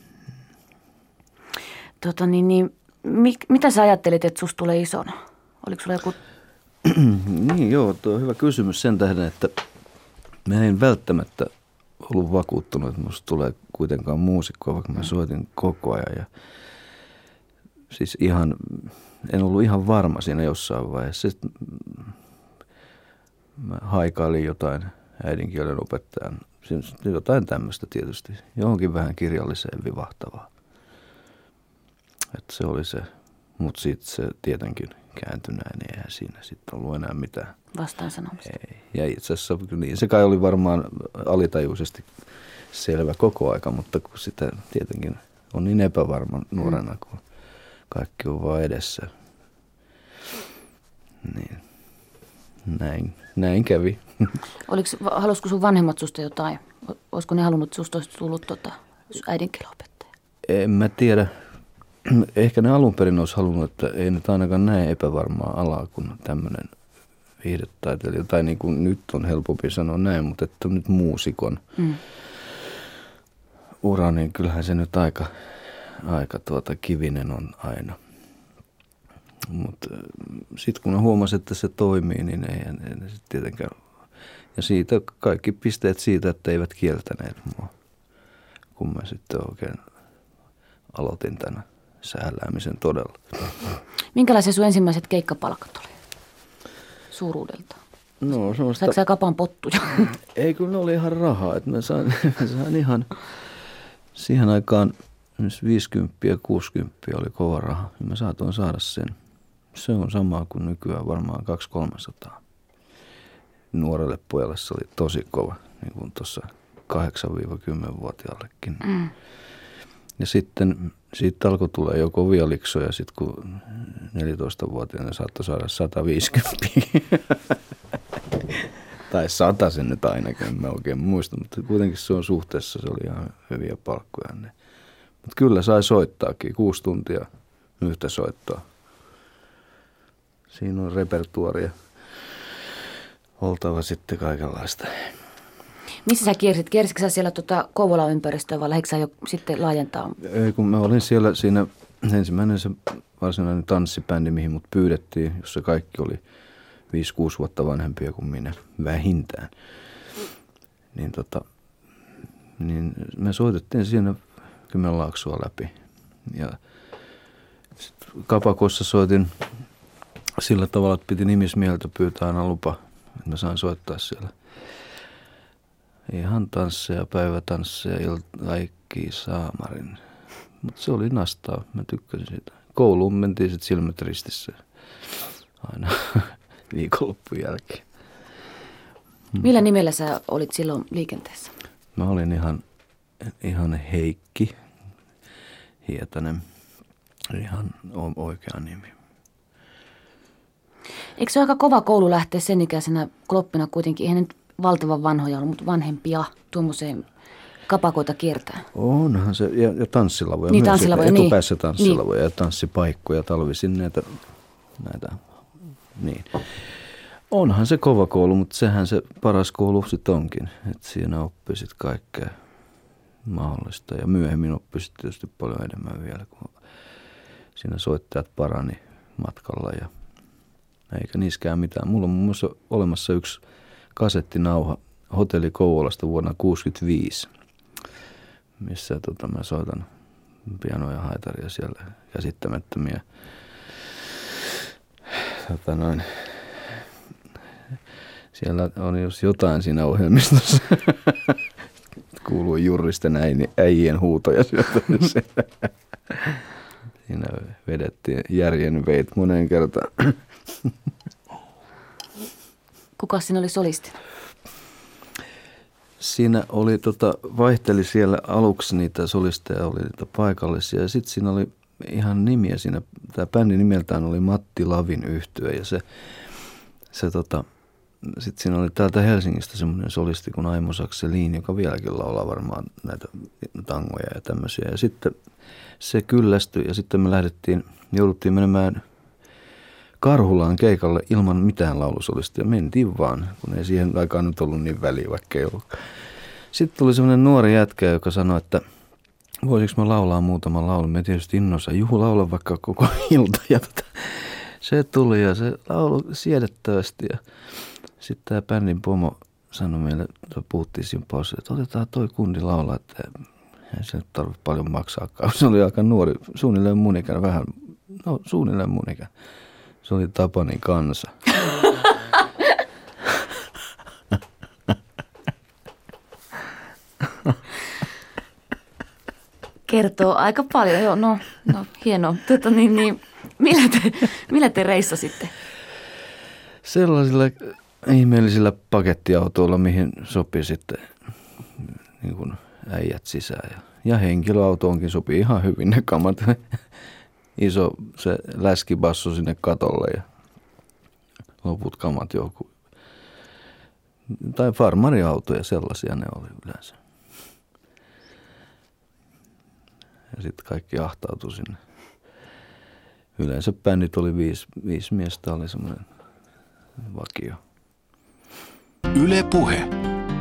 Tota niin, niin mi, mitä sä ajattelit, että susta tulee isona? Oliko sulla joku... Niin joo, tuo on hyvä kysymys sen tähden, että mä en välttämättä ollut vakuuttunut, että musta tulee kuitenkaan muusikkoa, vaikka mä soitin koko ajan. Ja siis ihan, en ollut ihan varma siinä jossain vaiheessa. Sitten mä haikailin jotain äidinkielen opettajan, jotain tämmöistä tietysti, johonkin vähän kirjalliseen vivahtavaa. Että se oli se, mutta sitten se tietenkin kääntyneen, niin eihän siinä sitten ollut enää mitään. Vastaan sanomista. Ei. Ja itse asiassa niin, se kai oli varmaan alitajuisesti selvä koko aika, mutta kun sitä tietenkin on niin epävarma nuorena, kun kaikki on vaan edessä. Niin näin, näin kävi. Oliko, halusiko sun vanhemmat susta jotain? Olisiko ne halunnut, että susta olisi tullut tota, äidinkielenopettaja? En mä tiedä. Ehkä ne alun perin olisi halunnut, että ei nyt ainakaan näin epävarmaa alaa kuin tämmöinen viihdetaiteilija. Tai niin kuin nyt on helpompi sanoa näin, mutta että nyt muusikon mm. ura, niin kyllähän se nyt aika, aika tuota kivinen on aina. Mutta sitten kun huomasi, että se toimii, niin ei, ei ne sitten tietenkään. Ja siitä kaikki pisteet siitä, että eivät kieltäneet mua, kun mä sitten oikein aloitin tämän sähläämisen todella. Minkälaisia sun ensimmäiset keikkapalkat oli suuruudelta? No semmoista... Saatko sä kapan pottuja? Ei, kyllä ne oli ihan rahaa. Että mä sain, mä sain ihan siihen aikaan viisikymmentä ja kuusikymmentä oli kova raha. Mä saatoin saada sen. Se on sama kuin nykyään varmaan kaksi kolmesataa. Nuorelle pojalle se oli tosi kova, niin kuin tuossa kahdeksan-kymmenen-vuotiaallekin. Mm. Ja sitten siitä alkoi tulla jo kovia liksoja, sitten kun neljätoistavuotiaana saattoi saada sata viisikymmentä. Tai sata sen nyt ainakin, en mä oikein muista, mutta kuitenkin se on suhteessa, se oli ihan hyviä palkkoja. Mutta kyllä sai soittaakin, kuusi tuntia yhtä soittaa. Siinä on repertuaria oltava sitten kaikenlaista. Missä sä kiersit? Kiersitkö sä siellä tuota Kouvolan ympäristöä vai lähdikö sä jo sitten laajentaa? Ei, kun mä olin siellä siinä ensimmäinen se varsinainen tanssibändi, mihin mut pyydettiin, jossa kaikki oli viisi kuusi vuotta vanhempia kuin minä, vähintään. Niin, tota, niin me soitettiin siinä Kymenlaaksoa läpi. Ja Kapakossa soitin sillä tavalla, että piti nimismieltä pyytää aina lupa, että mä sain soittaa siellä. Ihan tansseja, päivätansseja, kaikki saamarin. Mutta se oli nastaa, mä tykkäsin siitä. Kouluun mentiin sitten silmät ristissä aina viikonloppun jälkeen. Millä nimellä sä olit silloin liikenteessä? Mä olin ihan, ihan Heikki Hietanen, ihan oikea nimi. Eikö se ole aika kova koulu lähteä sen ikäisenä kloppina kuitenkin? Eihän nyt valtavan vanhoja ollut, mutta vanhempia tuommoiseen kapakoita kiertää. Onhan se, ja, ja tanssilavoja niin, myös. Tanssilavoja, etupäässä niin. tanssilavoja ja tanssipaikkoja talvisin näitä, näitä, niin. Onhan se kova koulu, mutta sehän se paras koulu sitten onkin. Että siinä oppisit kaikkea mahdollista ja myöhemmin oppisit tietysti paljon enemmän vielä, kun siinä soittajat parani matkalla ja eikä niiskään mitään. Mulla on muun muassa olemassa yksi kasettinauha Hotelli Kouvolasta vuonna kuusikymmentäviisi, missä tota, mä soitan pianoja haitaria siellä, käsittämättömiä. Tota noin. Siellä on jos jotain siinä ohjelmistossa. Kuuluu jurristen äijien huutoja sieltä. Siinä vedettiin järjen veit moneen kertaan. Kuka siinä oli solisti? Siinä oli, tota, vaihteli siellä aluksi niitä solisteja, oli niitä paikallisia ja sitten siinä oli ihan nimiä siinä. Tämä bändi nimeltään oli Matti Lavin yhtye ja se, se tota, sitten siinä oli täältä Helsingistä semmoinen solisti kuin Aimo Sakselin, joka vieläkin laulaa varmaan näitä tangoja ja tämmöisiä. Ja sitten se kyllästyi ja sitten me lähdettiin, jouduttiin menemään Karhulaan keikalle ilman mitään laulusolistia. Mentiin vaan, kun ei siihen aikaan nyt ollut niin väliä, vaikka ei ollut. Sitten tuli semmoinen nuori jätkä, joka sanoi, että voisiko mä laulaa muutaman laulun. Me tietysti innossa, juhu laula vaikka koko ilta. Ja tota, se tuli ja se laulu siedettävästi. Ja sitten tämä bändin pomo sanoi meille, että puhuttiin siinä paussa, että otetaan toi kundi laulaa, että ei se nyt tarvitse paljon maksaakaan. Se oli aika nuori, suunnilleen mun ikäinen, vähän, no suunnilleen mun ikäinen. Se oli Tapanin kansa. Kertoo aika paljon, joo, no, no hienoa. Tota, niin, niin, Millä te, millä te reissasitte? Sellaisilla ihmeellisillä pakettiautoilla, mihin sopii sitten niin kuin äijät sisään. Ja, ja henkilöautoonkin sopii ihan hyvin ne kamat. Iso se läskibassu sinne katolle ja loput kamat joku. Tai farmariautoja, sellaisia ne oli yleensä. Ja sitten kaikki ahtautui sinne. Yleensä bändit oli viisi, viisi miestä, oli semmoinen vakio. Yle Puhe.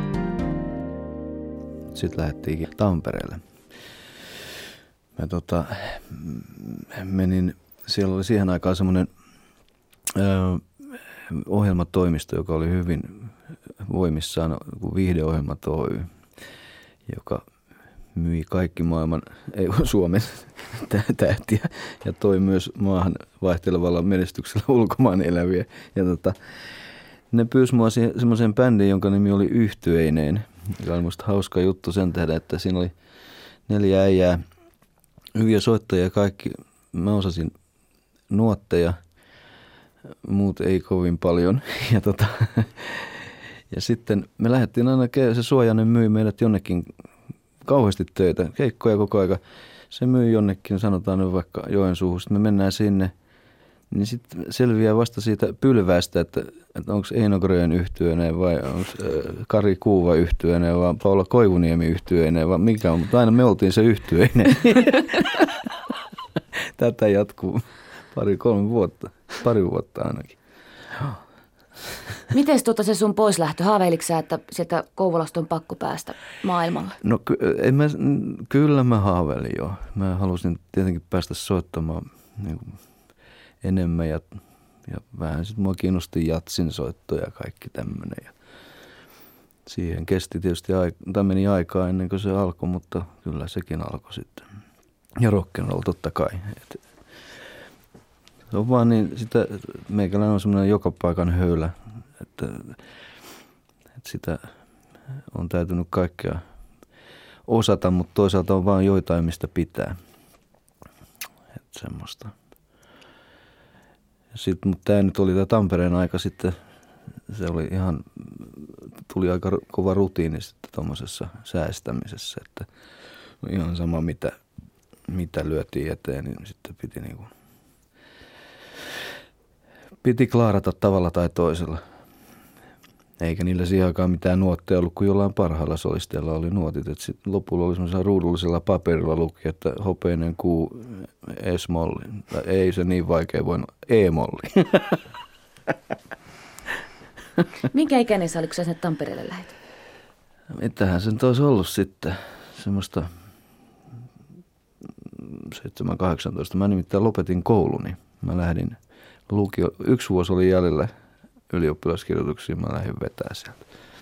Sitten lähdettiin Tampereelle. Mä tota, menin, siellä oli siihen aikaan semmoinen ö, ohjelmatoimisto, joka oli hyvin voimissaan, kuin Viihdeohjelmat Oy, joka myi kaikki maailman, ei Suomen tähtiä ja toi myös maahan vaihtelevalla menestyksellä ulkomaan eläviä. Ja tota, ne pyysi mua semmoiseen bändiin, jonka nimi oli Yhtyeineen. Se oli musta hauska juttu sen tähden, että siinä oli neljä äijää, hyviä soittajia kaikki. Mä osasin nuotteja, muut ei kovin paljon. Ja, tota, ja sitten me lähdettiin aina, se Suojanen myi meidät jonnekin kauheasti töitä, keikkoja koko aika. Se myi jonnekin, sanotaan nyt vaikka Joensuuhun. Sitten me mennään sinne, niin sitten selviää vasta siitä pylväästä, että, että onko Eino Grön yhtyöneen vai onko Kari Kuuva yhtyöneen vai Paula Koivuniemi yhtyöneen vai mikä on. Mutta aina me oltiin se yhtyeineen. Tätä jatkuu pari, kolme vuotta, pari vuotta ainakin. Miten tuota se sun poislähtö? Haaveiliko sä, että sieltä Kouvolasta on pakko päästä maailmalle? No ky- en mä, kyllä mä haaveilin jo. Mä halusin tietenkin päästä soittamaan niin kuin enemmän ja, ja vähän sitten mua kiinnosti jatsin soitto ja kaikki tämmöinen. Ja siihen kesti tietysti, aik- tai meni aikaa ennen kuin se alkoi, mutta kyllä sekin alkoi sitten. Ja rock'n'roll totta kai. Et, se on vaan niin, sitä, meikäläinen on semmoinen joka paikan höylä, että, että sitä on täytynyt kaikkea osata, mutta toisaalta on vaan joitain, mistä pitää. Että semmoista. Sitten, mutta tämä nyt oli tämä Tampereen aika sitten, se oli ihan, tuli aika kova rutiini sitten tuommoisessa säästämisessä, että ihan sama mitä, mitä lyötiin eteen, niin sitten piti niinku Piti klaarata tavalla tai toisella. Eikä niillä siihen aikaan mitään nuotteja ollut, kun jollain parhailla solisteilla oli nuotit. Et sit lopulla oli semmoisella ruudullisella paperilla luki, että hopeinen kuu S-molli. Tai ei se niin vaikea voinut, E-molli. Minkä ikäinen sä olit, kun sä sinne Tampereelle lähdit? Mitähän se nyt olisi ollut sitten? Semmoista seitsemän kahdeksantoista. Mä nimittäin lopetin kouluni. Mä lähdin lukio. Yksi vuosi oli jäljellä ylioppilaskirjoituksia. Mä lähdin vetää sieltä.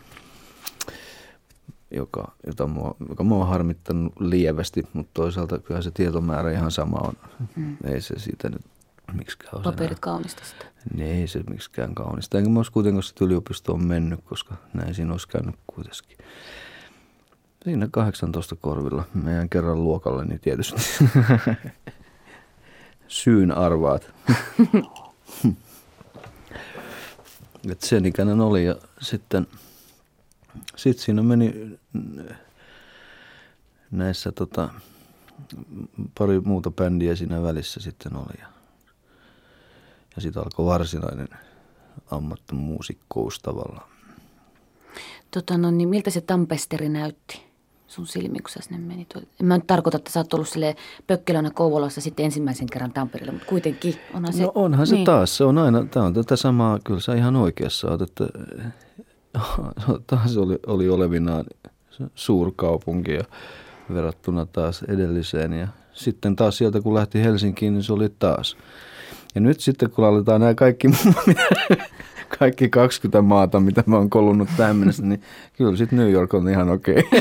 Joka, jota mua, joka mua on harmittanut lievästi, mutta toisaalta kyllä se tietomäärä ihan sama on. Mm. Ei se siitä nyt miksikään ole. Paperit kaunista sitä. Ei se miksikään kaunista. Enkä mä olisi kuitenkaan sitä yliopistoon mennyt, koska näin siinä olisi käynyt kuitenkin. Siinä kahdeksantoista korvilla. Meidän kerran luokalle, niin tietysti syyn arvaat. Et sen ikäinen oli ja sitten sit siinä meni näissä tota, pari muuta bändiä siinä välissä sitten oli. Ja, ja sitten alkoi varsinainen ammattimuusikkous tavallaan. Tota no niin, miltä se Tampesteri näytti sun silmiin, kun sä sinne menit? En mä nyt tarkoita, että sä oot ollut silleen pökkelönä Kouvolassa sitten ensimmäisen kerran Tampereella, mutta kuitenkin onhan se. No onhan niin. Se taas, se on aina, tämä on tätä samaa, kyllä sä ihan oikeassa oot, että taas oli, oli olevinaan suurkaupunki ja verrattuna taas edelliseen ja sitten taas sieltä kun lähti Helsinkiin, niin se oli taas. Ja nyt sitten kun aletaan nämä kaikki, kaikki kaksikymmentä maata, mitä mä oon kolunnut tähän mennessä, niin kyllä sitten New York on ihan okei. Okay.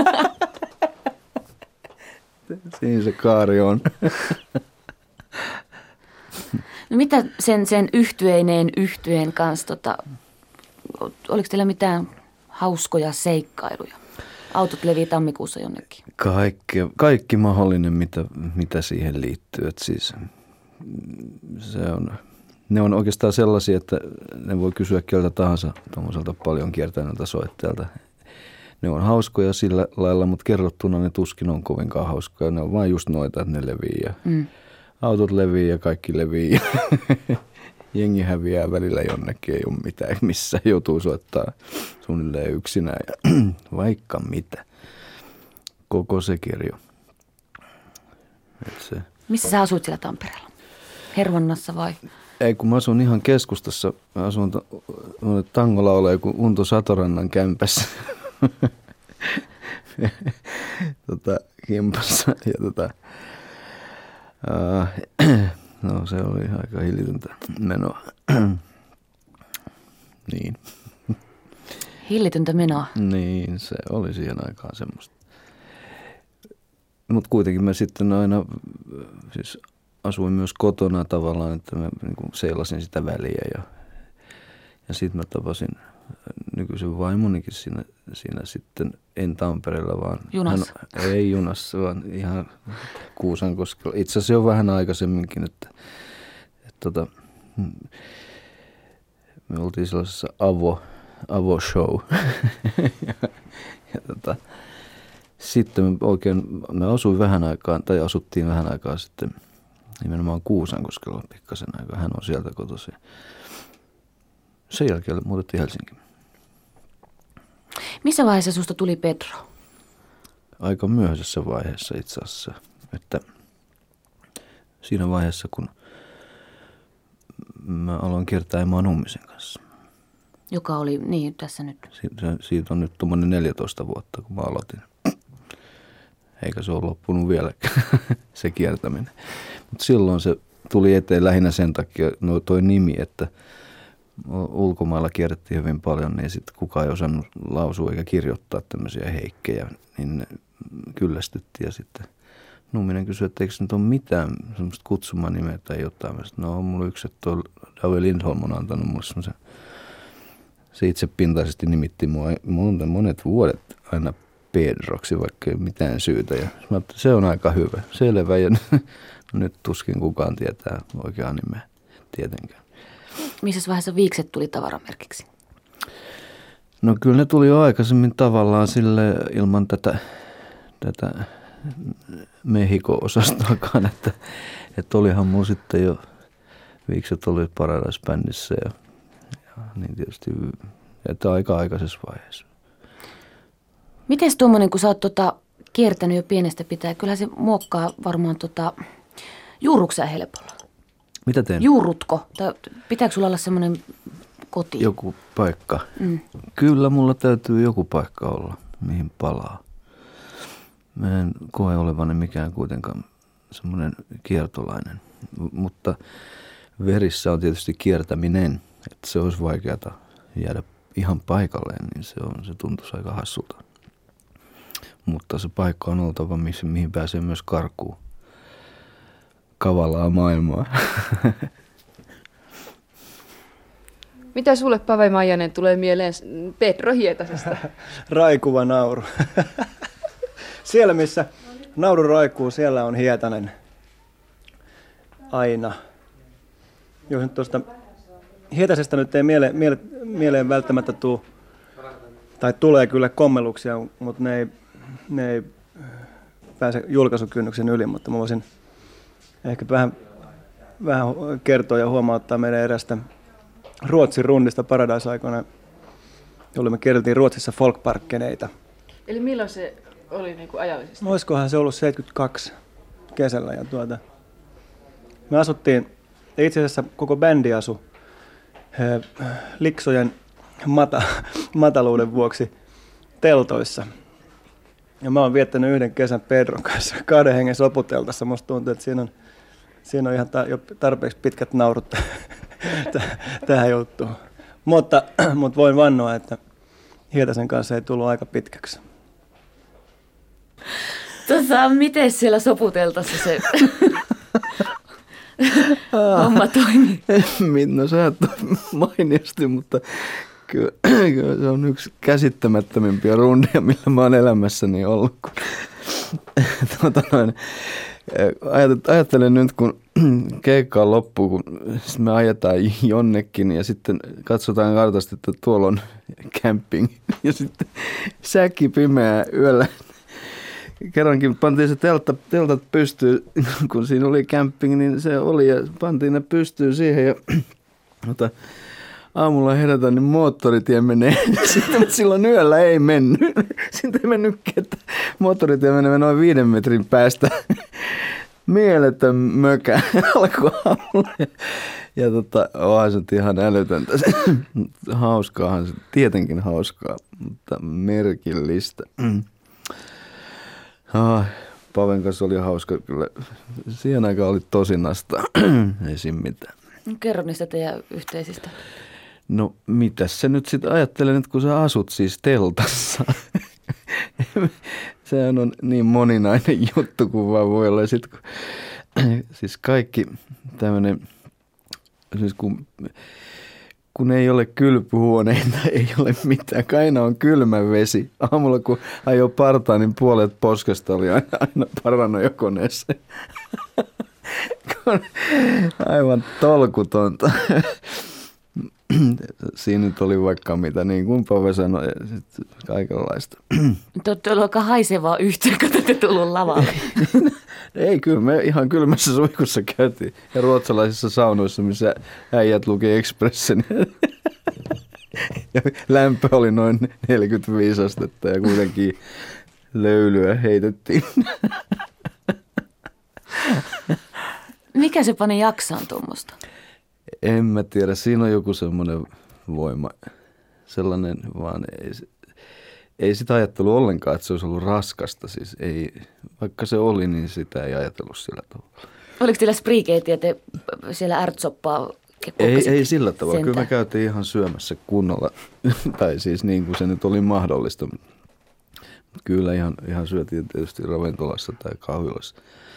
Siinä se kaari on. No mitä sen, sen yhtyeineen yhtyeen kanssa, tota, oliko teillä mitään hauskoja seikkailuja? Autot levii tammikuussa jonnekin. Kaikki, kaikki mahdollinen, mitä, mitä siihen liittyy. Et siis se on, ne on oikeastaan sellaisia, että ne voi kysyä keltä tahansa tuommoiselta paljon kiertäneeltä soittajalta. Ne on hauskoja sillä lailla, mutta kerrottuna ne tuskin on kovinkaan hauskoja. Ne on vain just noita, että ne levii ja mm. autot levii ja kaikki levii ja jengi häviää välillä jonnekin, ei ole mitään, missä joutuu soittaa suunnilleen yksinään ja vaikka mitä. Koko se kirjo. Se. Missä sä asuit siellä Tampereella? Hervannassa vai? Ei, kun mä asun ihan keskustassa. Mä asun tangolaulaja kuin Unto Satorannan kämpässä. tota, kimpassa. Ja tota, uh, no se oli aika hillitöntä menoa. Niin. Hillitöntä menoa? Niin, se oli siihen aikaan semmoista. Mutta kuitenkin mä sitten aina siis asuin myös kotona tavallaan, että mä niin kuin seilasin sitä väliä ja, ja sitten mä tapasin nykyisen vaimonikin siinä, siinä sitten, en Tampereella vaan. Junassa? Hän, ei junassa, vaan ihan Kuusankoskella. Itse asiassa jo vähän aikaisemminkin, että, että tota, me oltiin sellaisessa avo, avo show ja, ja tota, sitten me oikein, me asuin vähän aikaa, tai asuttiin vähän aikaa sitten nimenomaan Kuusankoskella pikkasen aikaa. Hän on sieltä kotoisin. Sen jälkeen muutettiin Helsinkiin. Missä vaiheessa susta tuli Pedro? Aika myöhäisessä vaiheessa itse asiassa. Että siinä vaiheessa, kun mä aloin kiertää Emma Nummisen kanssa. Joka oli, niin tässä nyt. Siitä, siitä on nyt tuommoinen neljätoista vuotta, kun mä aloitin. Eikä se ole loppunut vieläkään, se kiertäminen. Mutta silloin se tuli eteen lähinnä sen takia, no toi nimi, että ulkomailla kierrettiin hyvin paljon, niin sitten kukaan ei osannut lausua eikä kirjoittaa tämmöisiä heikkejä, niin ne kyllästyttiin. Ja sitten Numminen kysyi, että eikö nyt ole mitään semmoista kutsumanimeä tai jotain. Mä sanoin, no on mulla yksi, että tuo David Lindholm on antanut mulle semmoisen, se itsepintaisesti nimitti mua monet, monet vuodet aina Pedroksi, vaikka ei mitään syytä. Ja mä se on aika hyvä, selvä ja nyt tuskin kukaan tietää oikeaa nimeä tietenkään. Missä vaiheessa viikset tuli tavaramerkiksi? No kyllä ne tuli jo aikaisemmin tavallaan sille ilman tätä, tätä Mehiko-osastoakaan, että, että olihan mun sitten jo viikset oli Paradise-bändissä ja, ja niin tietysti että aika aikaisessa vaiheessa. Miten tuommoinen, kun sä oot tota, kiertänyt jo pienestä pitää, kyllähän se muokkaa varmaan tota, juuruksia helpolla. Mitä teen? Juurutko? Tai pitääkö sulla olla semmoinen koti? Joku paikka. Mm. Kyllä mulla täytyy joku paikka olla, mihin palaa. Mä en koe olevani mikään kuitenkaan semmoinen kiertolainen, mutta verissä on tietysti kiertäminen, että se olisi vaikeata jäädä ihan paikalleen, niin se, on, se tuntuisi aika hassulta. Mutta se paikka on oltava, mihin pääsee myös karkuun. Kavalaa maailmaa. Mitä sulle, Pave Maijanen, tulee mieleen Pedro Hietasesta? Raikuva nauru. Siellä, missä nauru raikuu, siellä on Hietanen. Aina. Jos nyt tuosta Hietasesta nyt ei mieleen, mieleen, mieleen välttämättä tule, tai tulee kyllä kommelluksia, mutta ne ei, ne ei pääse julkaisukynnyksen yli, mutta mä voisin ehkä vähän, vähän kertoa ja huomauttaa meidän erästä Ruotsin rundista Paradise-aikoina, jolloin me kierteltiin Ruotsissa folkparkkeneita. Eli milloin se oli niin kuin ajallisesti? No, olisikohan se ollut seitsemänkymmentäkaksi kesällä. Ja tuota, me asuttiin, itse asiassa koko bändi asui he, liksojen mata, mataluuden vuoksi teltoissa. Ja mä oon viettänyt yhden kesän Pedron kanssa kahden hengen soputeltassa. Musta tuntuu, että siinä on, siinä on ihan ta, jo tarpeeksi pitkät naurut tähän juttuun. Mutta, mutta voin vannoa, että Hietasen kanssa ei tullut aika pitkäksi. Tota, miten siellä soputeltassa se homma toimii? No sä et mainiosti, mutta kyllä, kyllä se on yksi käsittämättömimpiä rundia, millä mä oon elämässäni ollut. Tuota noin, Ajattelen nyt, kun keikka on loppu, kun me ajetaan jonnekin ja sitten katsotaan kartasta, että tuolla on camping. Ja sitten säkki pimeää yöllä. Kerrankin pantiin se teltta, teltat pystyyn, kun siinä oli camping, niin se oli ja pantiin ne pystyyn siihen ja mutta aamulla herätään, niin moottoritie menee. Sitten silloin yöllä ei mennyt. Sitten ei mennyt ketään. Moottoritie menee noin viiden metrin päästä. Mieletön mökä alkoi aamulla. Ja, ja tota, onhan se ihan älytöntä. Hauskaahan se, tietenkin hauskaa, mutta merkillistä. Ah, Paven kanssa oli hauska kyllä. Siihen aikaan oli tosi nastaa. Ei siinä mitään. Kerro niistä teidän yhteisistä. No mitäs se nyt sitten ajattelen, että kun sä asut siis teltassa. Sehän on niin moninainen juttu kuin vaan voi olla. Sit, kun, siis kaikki tämmöinen, siis kun, kun ei ole kylpyhuoneita, ei ole mitään. Aina on kylmä vesi. Aamulla kun ajoi partaan, niin puolet poskesta oli aina, aina paranojakoneessa. Aivan tolkutonta. Siinä nyt oli vaikka mitä, niin kuin Pave sanoi, kaikenlaista. Te olette ollut aika haisevaa yhteen, kun te olette tullut lavalle. Ei, kyllä me ihan kylmässä suihkussa käytiin. Ja ruotsalaisissa saunoissa, missä äijät luki Expressen. Ja lämpö oli noin neljäkymmentäviisi astetta ja kuitenkin löylyä heitettiin. Mikä se pani jaksaan tuommoista? En mä tiedä, siinä on joku semmoinen voima, sellainen vaan ei, ei sitä ajattelu ollenkaan, että se olisi ollut raskasta. Siis ei, vaikka se oli, niin sitä ei ajatellut sillä tavalla. Oliko teillä spriikeet ja te siellä ärtsoppaa? Ei, ei sillä tavalla, kyllä me käytiin ihan syömässä kunnolla, tai siis niin kuin se nyt oli mahdollista. Kyllä ihan, ihan syötiin tietysti ravintolassa tai kahvilassa.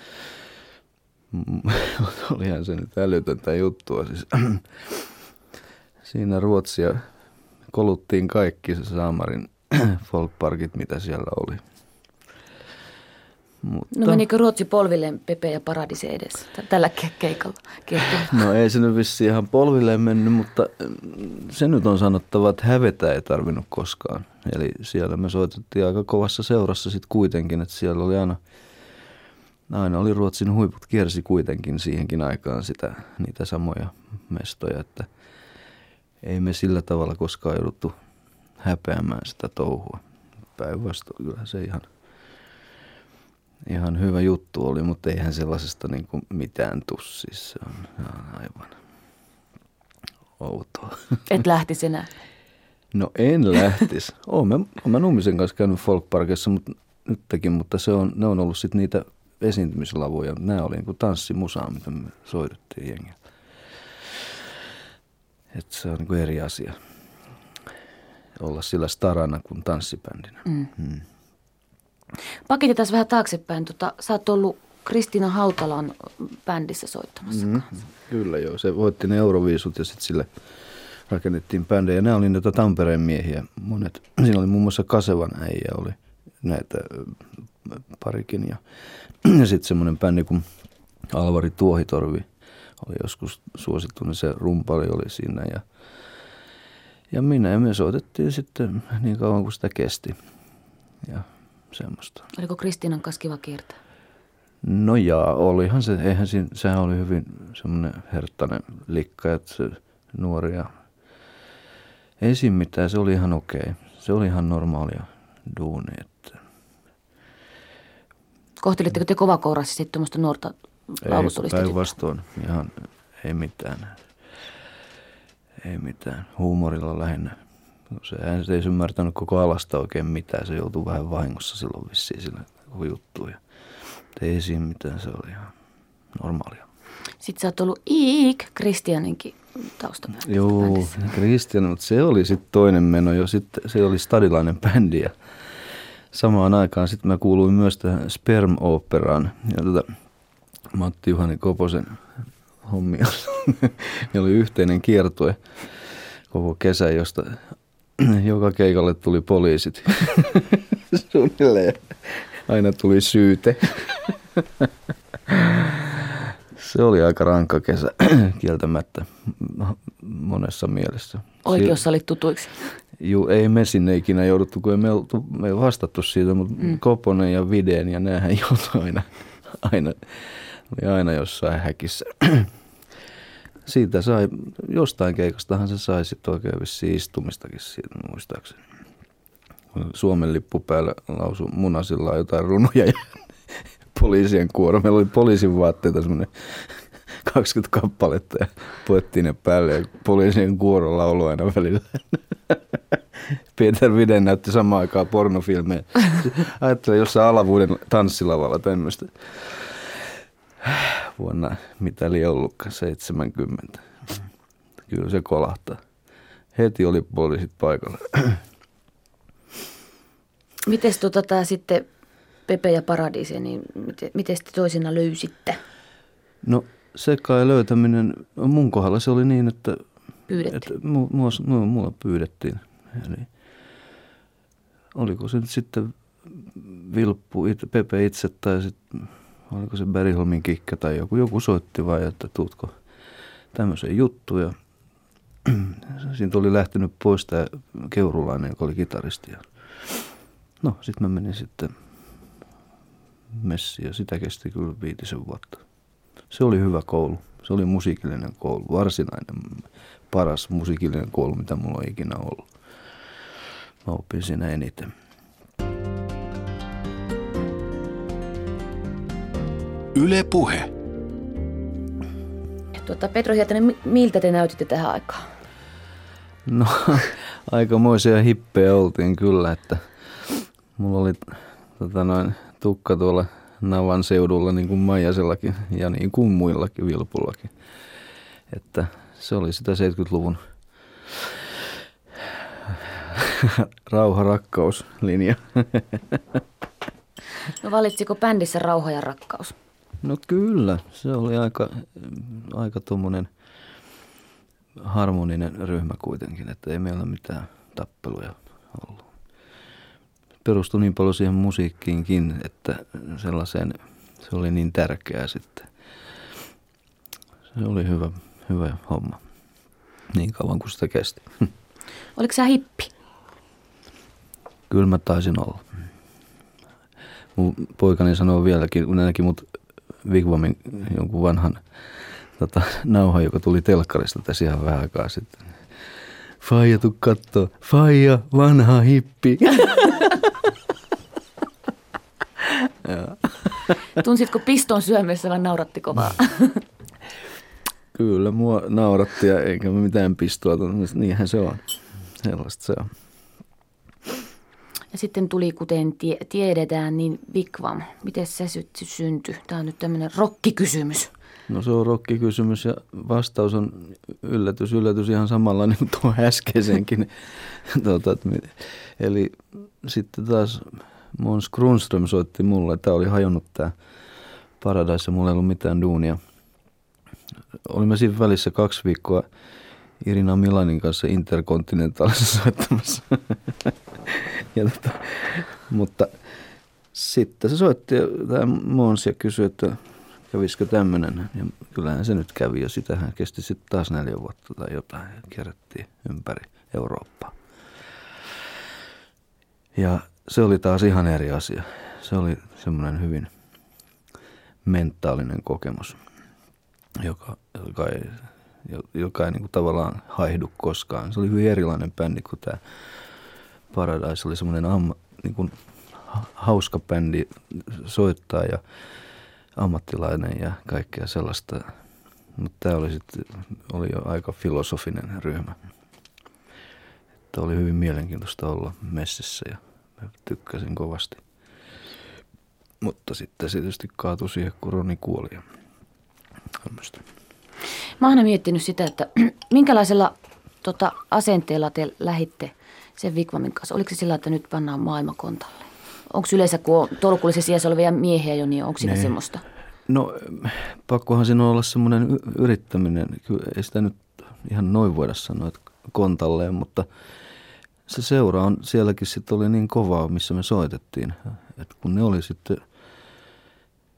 Olihan se nyt älytöntä juttua. Siis, siinä Ruotsia koluttiin kaikki se Saamarin folkparkit, mitä siellä oli. Mutta, no menikö Ruotsi polvilleen Pepe ja Paradise edessä tällä keikalla? No ei se nyt vissiin ihan polvilleen mennyt, mutta se nyt on sanottava, että hävetä ei tarvinnut koskaan. Eli siellä me soitettiin aika kovassa seurassa sitten kuitenkin, että siellä oli aina... Aina oli Ruotsin huiput, kiersi kuitenkin siihenkin aikaan sitä, niitä samoja mestoja, että ei me sillä tavalla koskaan jouduttu häpeämään sitä touhua. Päinvastoin kyllä se ihan, ihan hyvä juttu oli, mutta eihän sellaisesta niin kuin mitään tussi. Se on aivan outoa. Et lähtisi enää? No en lähtisi. Oon mä, oon mä Nummisen kanssa käynyt folkparkissa mutta, nytkin, mutta se on, ne on ollut sitten niitä esiintymislavoja. Nämä oli niin kuin tanssimusaa, mitä me soitettiin jengiä. Että se on niin kuin eri asia. Olla sillä starana kuin tanssibändinä. Mm. Hmm. Paketetaan vähän taaksepäin. Tota, sä oot ollut Kristiina Hautalan bändissä soittamassa mm. kanssa. Kyllä joo. Se voitti ne Euroviisut ja sitten sille rakennettiin bändejä. Nämä oli näitä Tampereen miehiä. Monet. Siinä oli muun muassa Kasevan äijä oli näitä parikin ja Ja sitten semmoinen bändi kuin Alvari Tuohitorvi oli joskus suosittu, niin se rumpali oli siinä. Ja, ja minä ja me soitettiin sitten niin kauan kuin sitä kesti ja semmoista. Oliko Kristiinan kanssa kiva kiertää? No jaa, olihan se, eihän siinä, sehän oli hyvin semmoinen herttainen likka, että se nuori ja ei siinä mitään, se oli ihan okei. Se oli ihan normaalia duunia, että kohtelitteko te kovakourassa sitten tuommoista nuorta laulusolista? Ei, päinvastoin. Ihan ei mitään. Ei mitään. Huumorilla lähinnä. Sehän ei ymmärtänyt koko alasta oikein mitään. Se joutui vähän vahingossa silloin vissiin sillä juttuun. Ei siinä mitään. Se oli ihan normaalia. Sitten sä oot ollut Iik Kristianinkin taustabändissä. Joo, Kristian, mutta se oli sitten toinen meno jo. Sitten se oli stadilainen bändi ja samaan aikaan sitten mä kuuluin myös tähän Sperm-oopperaan ja tota, Matti Juhani Koposen hommia. Meillä oli yhteinen kiertue koko kesä, josta joka keikalle tuli poliisit suunnilleen ja aina tuli syyte. Se oli aika rankka kesä kieltämättä monessa mielessä. Oikeus oli tutuiksi. Juu, ei me sinne ikinä jouduttu, kun ei me, oltu, me ei vastattu siitä, mutta mm. Koponen ja Videen ja näähän joutui aina, aina, oli aina jossain häkissä. Siitä sai, jostain keikastahan se sai sitten oikein vissiin istumistakin siitä, muistaakseni. Suomen lippu päällä lausui munasillaan jotain runoja ja poliisien kuoro. Meillä oli poliisin vaatteita semmoinen kaksikymmentä kappaletta ja puettiin ne päälle ja poliisien kuoro lauloi aina välillä. Peter Viden näytti samaan aikaan pornofilmejä. Ajattelin jossain Alavuuden tanssilavalla tämmöistä. Vuonna, mitä liian ollutkaan, seitsemänkymmentä. Kyllä se kolahtaa. Heti oli poliisit paikalla. Mites tota tää sitten Pepe ja Paradiise, niin miten, miten te toisina löysitte? No se kai löytäminen, mun kohdalla se oli niin, että pyydettiin. Että mua, mua, mua pyydettiin. Eli oliko se nyt sitten Vilppu, it, Pepe itse tai sitten, oliko se Bergholmin Kikka tai joku, joku soitti vai, että tuutko tämmöiseen juttuun. Ja siitä oli lähtenyt pois tämä Keurulainen, joka oli kitaristi. No, sitten mä menin sitten messiin ja sitä kesti kyllä viitisen vuotta. Se oli hyvä koulu. Se oli musiikillinen koulu. Varsinainen, paras musiikillinen koulu, mitä mulla on ikinä ollut. Mä opin siinä eniten. Yle Puhe. Tuota, Pedro Hietanen, miltä te näytitte tähän aikaan? No, aikamoisia hippejä oltiin kyllä, että mulla oli tota noin, tukka tuolla Navan seudulla niin kuin Maijasellakin ja niin kuin muillakin, Vilpullakin. Että se oli sitä seitsemänkymmentäluvun rauha-rakkauslinja. No valitsiko bändissä rauha ja rakkaus? No kyllä, se oli aika, aika tuommoinen harmoninen ryhmä kuitenkin, että ei meillä mitään tappeluja ollut. Perustui niin paljon siihen musiikkiinkin, että sellaiseen, se oli niin tärkeää sitten. Se oli hyvä, hyvä homma, niin kauan kuin sitä kesti. Oliko sä hippi? Kyllä mä taisin olla. Mun poikani sanoo vieläkin, kun näki mut Wigwamin jonkun vanhan tota, nauhan, joka tuli telkkarista tässä ihan vähän aikaa sitten. Faija, tuu kattoo. Faija, vanha hippi. Tunsitko piston syömessä vai naurattiko vaan? Kyllä, mua nauratti ja eikä mitään pistoa. Niinhän se on. Sellaista se on. Ja sitten tuli, kuten tie- tiedetään, niin Wigwam. Miten se sy- syntyi? Tämä on nyt tämmöinen rokkikysymys. No se on rokkikysymys ja vastaus on yllätys, yllätys ihan samanlainen kuin tuo äskeisenkin. tuota, eli sitten taas Måns Kronström soitti mulle, että tämä oli hajonnut tämä Paradise ja mulla ei ollut mitään duunia. Olimme siinä välissä kaksi viikkoa Irina Milanin kanssa Intercontinentalissa soittamassa. ja tota, mutta sitten se soitti tämä Måns ja kysyi, että kävisikö tämmöinen. Ja kyllähän se nyt kävi ja sitähän kesti sitten taas neljä vuotta tai jotain ja kierrättiin ympäri Eurooppaa. Ja se oli taas ihan eri asia. Se oli semmoinen hyvin mentaalinen kokemus, joka, joka ei, joka ei niin kuin tavallaan haihdu koskaan. Se oli hyvin erilainen bändi kuin tämä Paradise. Oli semmoinen amma, niin kuin hauska bändi soittaa ja ammattilainen ja kaikkea sellaista. Mutta tämä oli, sitten, oli jo aika filosofinen ryhmä. Että oli hyvin mielenkiintoista olla messissä ja tykkäsin kovasti. Mutta sitten se tietysti kaatui siihen, kun Roni kuoli ja tämmöistä. Mä oon aina miettinyt sitä, että minkälaisella tota, asenteella te lähditte sen Wigwamin kanssa. Oliko se sillä, että nyt pannaan maailma kontalle? Onko yleensä, kun on tolkullisessa iässä olevia miehiä jo, niin onko siinä ne. semmoista? No pakkohan siinä olla semmoinen y- yrittäminen. Kyllä ei sitä nyt ihan noin voida sanoa, että kontalleen, mutta se seura on, sielläkin sitten oli niin kovaa, missä me soitettiin. Et kun ne oli sitten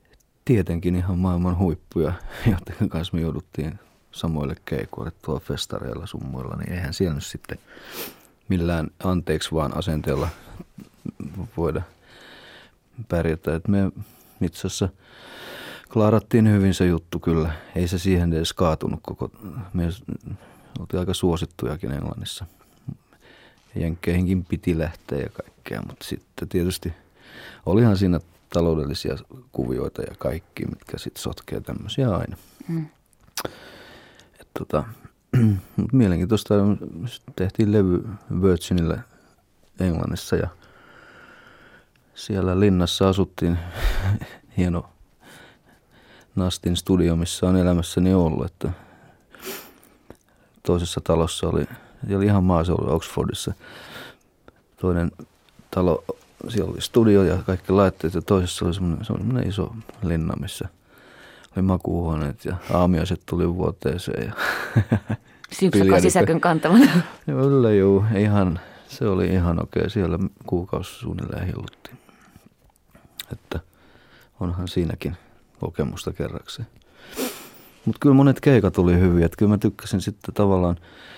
tietenkin ihan maailman huippuja, joiden kanssa me jouduttiin samoille keikoille tuolla festareilla summoilla, niin eihän siellä nyt sitten millään anteeksi vaan asenteella voida pärjätä. Et me itse asiassa klaarattiin hyvin se juttu kyllä. Ei se siihen edes kaatunut koko. Me oltiin aika suosittujakin Englannissa. Jenkkeihinkin piti lähteä ja kaikkea, mutta sitten tietysti olihan siinä taloudellisia kuvioita ja kaikki, mitkä sitten sotkee tämmöisiä aina. Mm. Et tota, mutta mielenkiintoista, tehtiin levy Virginille Englannissa ja siellä linnassa asuttiin hieno Nastin studio, missä on elämässäni ollut, että toisessa talossa oli, oli ihan maaseudulla Oxfordissa toinen talo, siellä oli studio ja kaikki laitteet ja toisessa oli semmoinen, semmoinen iso linna, missä oli makuuhuoneet ja aamiaiset tuli vuoteeseen ja Simpsakaan sisäkön kantamana. Kyllä juu, ihan, se oli ihan okei, siellä kuukausi suunnilleen hilluttiin, että onhan siinäkin kokemusta kerrakseen. Mutta kyllä monet keikat oli hyviä, että kyllä mä tykkäsin sitten tavallaan,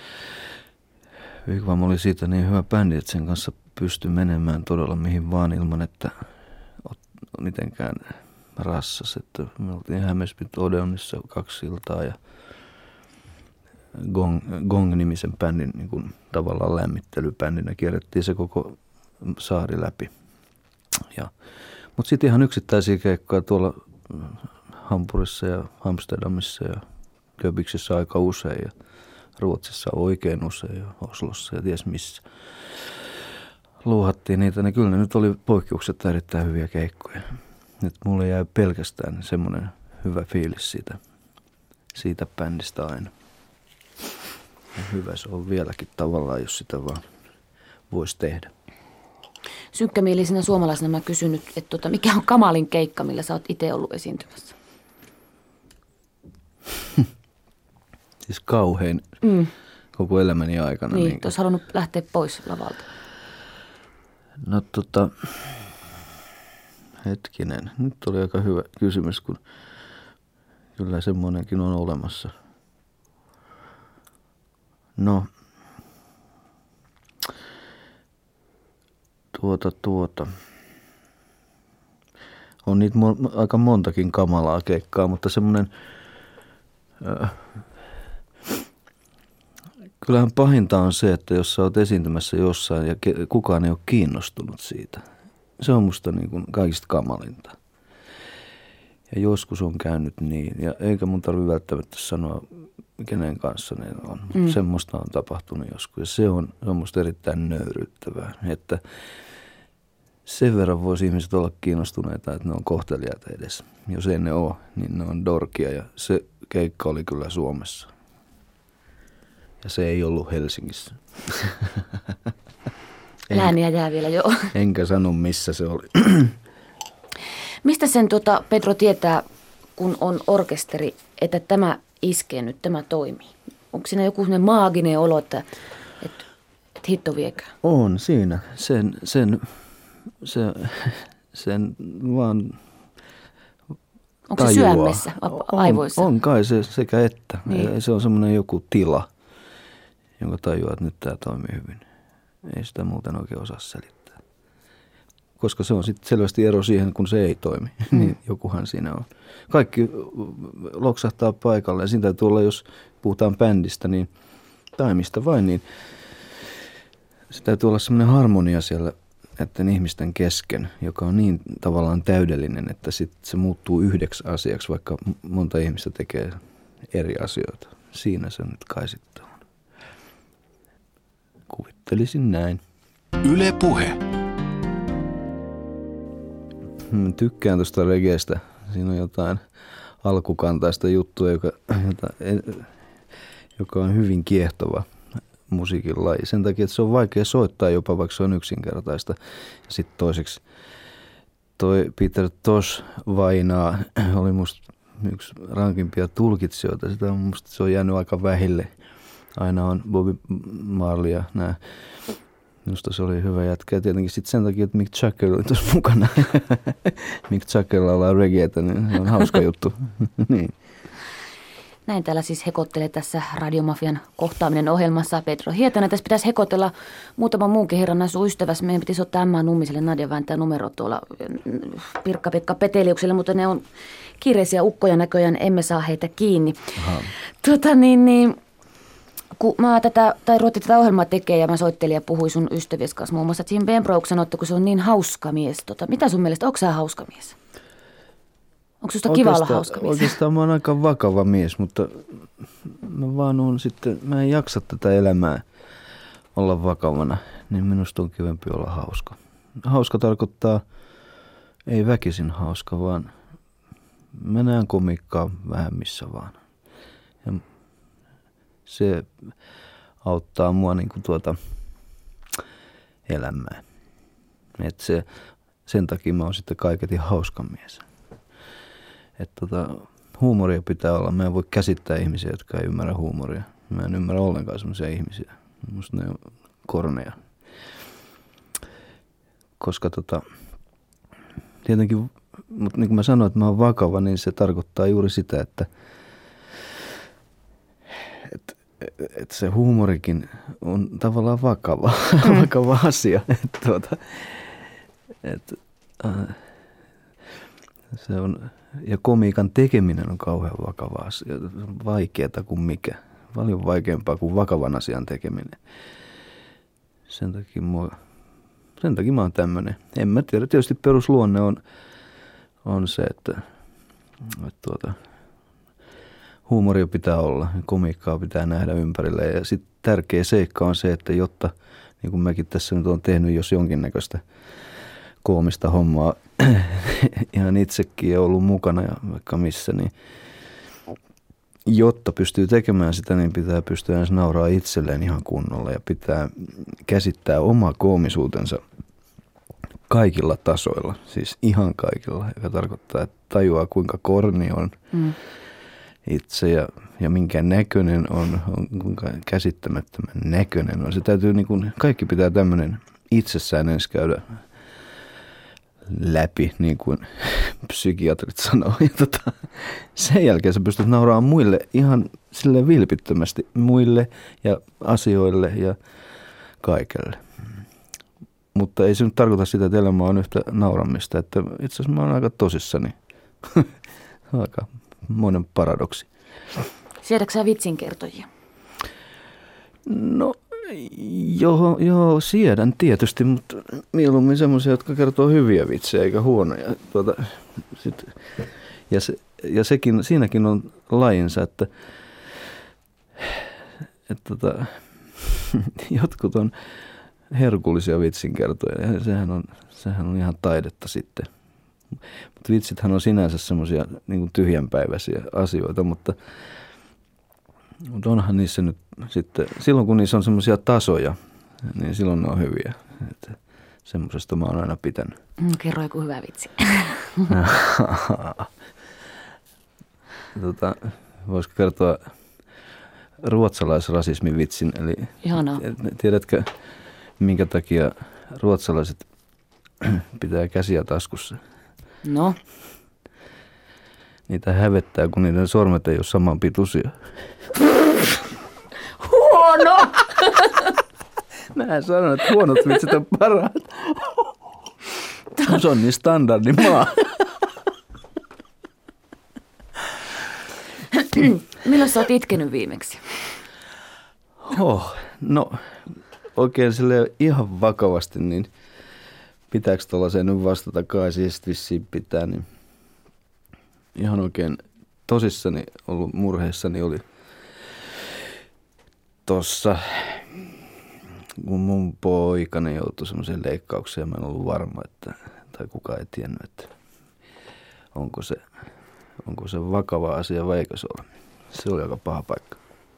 Vigvam oli siitä niin hyvä bändi, että sen kanssa pystyi menemään todella mihin vaan ilman, että on mitenkään rassas. Että me oltiin Hammersmith Odeonissa kaksi iltaa ja Gong, Gong-nimisen bändin niin kuin tavallaan lämmittelybändinä kierrettiin se koko saari läpi. Ja, mutta sitten ihan yksittäisiä keikkoja tuolla Hampurissa ja Amsterdamissa ja Köpiksissä aika usein ja Ruotsissa oikein usein ja Oslossa ja ties missä. Luuhattiin niitä, niin kyllä ne nyt oli poikkeuksetta erittäin hyviä keikkoja. Nyt mulle jäi pelkästään semmoinen hyvä fiilis siitä, siitä bändistä aina. Ja hyvä se on vieläkin tavallaan, jos sitä vaan voisi tehdä. Synkkämielisenä suomalaisena mä kysyn nyt, että tota, mikä on kamalin keikka, millä sä oot itse ollut esiintymässä? Siis kauhein mm. koko elämäni aikana. Niin, niin olisi halunnut lähteä pois lavalta. No tota, hetkinen, nyt oli aika hyvä kysymys, kun kyllä semmoinenkin on olemassa. No, tuota, tuota. On niitä mo- aika montakin kamalaa keikkaa, mutta semmoinen, äh, kyllähän pahinta on se, että jos sä oot esiintymässä jossain ja ke- kukaan ei ole kiinnostunut siitä. Se on musta niin kuin kaikista kamalinta. Ja joskus on käynyt niin, ja eikä mun tarvitse välttämättä sanoa, kenen kanssa ne on. Mm. Semmoista on tapahtunut joskus, ja se on, se on musta erittäin nöyryyttävää, että sen verran voisi ihmiset olla kiinnostuneita, että ne on kohteliaita edes. Jos ei ne ole, niin ne on dorkia, ja se keikka oli kyllä Suomessa. Ja se ei ollut Helsingissä. Lääniä jää vielä, joo. Enkä sano, missä se oli. Mistä sen tuota, Pedro tietää, kun on orkesteri, että tämä iskee nyt, tämä toimii? Onko siinä joku sellainen maaginen olo, että, että, että hitto viekää? On siinä. Sen, sen, se, sen vaan onko se syömmessä, aivoissa? On, on kai se sekä että. Niin. Se on semmoinen joku tila, jonka tajuaa, että nyt tämä toimii hyvin. Ei sitä muuten oikein osaa selittää. Koska se on sitten selvästi ero siihen, kun se ei toimi. Mm. Niin jokuhan siinä on. Kaikki loksahtaa paikalle. Ja siinä täytyy olla, jos puhutaan bändistä, niin, tai mistä vain, niin se täytyy olla semmoinen harmonia siellä näiden ihmisten kesken, joka on niin tavallaan täydellinen, että sitten se muuttuu yhdeksi asiaksi, vaikka monta ihmistä tekee eri asioita. Siinä se nyt kai sitten on. Kuvittelisin näin. Yle Puhe. Tykkään tuosta regeestä. Siinä on jotain alkukantaista juttua, joka, jota, joka on hyvin kiehtova musiikin laji. Sen takia, että se on vaikea soittaa jopa, vaikka se on yksinkertaista. Ja sitten toiseksi toi Peter Tosh Vainaa oli musta yksi rankimpia tulkitsijoita. Sitä on musta se on jäänyt aika vähille. Aina on Bobby Marley ja nämä Minusta se oli hyvä jätkä. Ja tietenkin sitten sen takia, että Mick Jagger oli tuossa mukana. Mick Jagger laulaa reggaetä, niin se on hauska juttu. Niin. Näin täällä siis hekottelee tässä Radiomafian kohtaaminen ohjelmassa Pedro Hietanen. Tässä pitäisi hekotella muutama muukin herran näin sun ystävässä. Meidän pitäisi ottaa Emma Nummiselle Nadia vääntää numero tuolla Pirkka-Pekka Peteliukselle, mutta ne on kiireisiä ukkoja näköjään, emme saa heitä kiinni. Tuota niin, niin kun mä tätä, tai ruvettiin tätä ohjelmaa tekemään ja mä soittelin ja puhuin sun ystävies kanssa muun muassa Jim Bembroke sanoi, että kun se on niin hauska mies. Tota, mitä sun mielestä, onko sä hauska mies? Onko susta kiva olla hauska mies? Oikeastaan mä oon aika vakava mies, mutta mä vaan oon sitten, mä en jaksa tätä elämää olla vakavana, niin minusta on kivempi olla hauska. Hauska tarkoittaa, ei väkisin hauska, vaan mä näen komikkaa vähän missä vaan. Ja se auttaa mua niin kuin tuota elämää. Et se, sen takia mä oon sitten kaiketin hauska mies. Että tota, huumoria pitää olla. Mä en voi käsittää ihmisiä, jotka ei ymmärrä huumoria. Mä en ymmärrä ollenkaan semmoisia ihmisiä. Musta ne on korneja. Koska tota, tietenkin, mutta niin kuin mä sanoin, että mä oon vakava, niin se tarkoittaa juuri sitä, että et, et se huumorikin on tavallaan vakava, mm. vakava asia. Et, tuota, et, äh, se on, ja komiikan tekeminen on kauhean vakava asia. Vaikeata kuin mikä. Paljon vaikeampaa kuin vakavan asian tekeminen. Sen takia, mua, sen takia mä oon tämmönen. En mä tiedä. Tietysti perusluonne on, on se, että, että tuota, huumoria pitää olla. Komiikkaa pitää nähdä ympärille. Ja sitten tärkeä seikka on se, että jotta, niin kuin mäkin tässä nyt oon tehnyt jos jonkinnäköistä koomista hommaa ihan itsekin ja ollut mukana ja vaikka missä, niin jotta pystyy tekemään sitä, niin pitää pystyä edes nauraa itselleen ihan kunnolla ja pitää käsittää oma koomisuutensa kaikilla tasoilla, siis ihan kaikilla, joka tarkoittaa, että tajuaa kuinka korni on mm. itse ja, ja minkä näköinen on, on, kuinka käsittämättömän näköinen on. Se täytyy niin kuin, kaikki pitää tämmöinen itsessään ensin käydä läpi, niin kuin psykiatrit sanoo. Ja tota, sen jälkeen sä pystyt nauraamaan muille ihan silleen vilpittömästi, muille ja asioille ja kaikelle. Mutta ei se nyt tarkoita sitä, että elämä on yhtä nauramista, että itse asiassa mä oon aika tosissani. Aika monen paradoksi. Siedätkö sä vitsinkertojia? No joo, joo, siedän tietysti, mutta mieluummin semmoisia, jotka kertoo hyviä vitsejä eikä huonoja. Tuota, sit, ja se, ja sekin, siinäkin on lajinsa, että, että tota, jotkut on herkullisia vitsinkertoja ja sehän on, sehän on ihan taidetta sitten. Mutta vitsithän on sinänsä semmoisia niin kuin tyhjänpäiväisiä asioita, mutta Mutta onhan niissä nyt sitten, silloin kun niissä on semmoisia tasoja, niin silloin ne on hyviä. Että semmoisesta mä oon aina pitänyt. Kerro joku hyvä vitsi. tota, voisiko kertoa ruotsalaisrasismin vitsin? Eli Ihanaa. Tiedätkö, minkä takia ruotsalaiset pitää käsiä taskussa? No? Niitä hävettää, kun niiden sormet ei ole saman pituisia. Huono! Mä sanon, että huonot vitsit on parhaat. Se on niin standardi maa. Milloin sä oot itkenyt viimeksi? Oh, no oikein silleen ihan vakavasti, niin pitääkö tuollaiseen nyt vastata kai, siis vissiin pitää, niin ihan oikein tosissani ollut murheissani oli tossa, kun mun poikani joutui semmoiseen leikkaukseen, mä en ollut varma, että, tai kukaan ei tiennyt, että onko se, onko se vakava asia vai eikö se ole. Se oli aika paha paikka.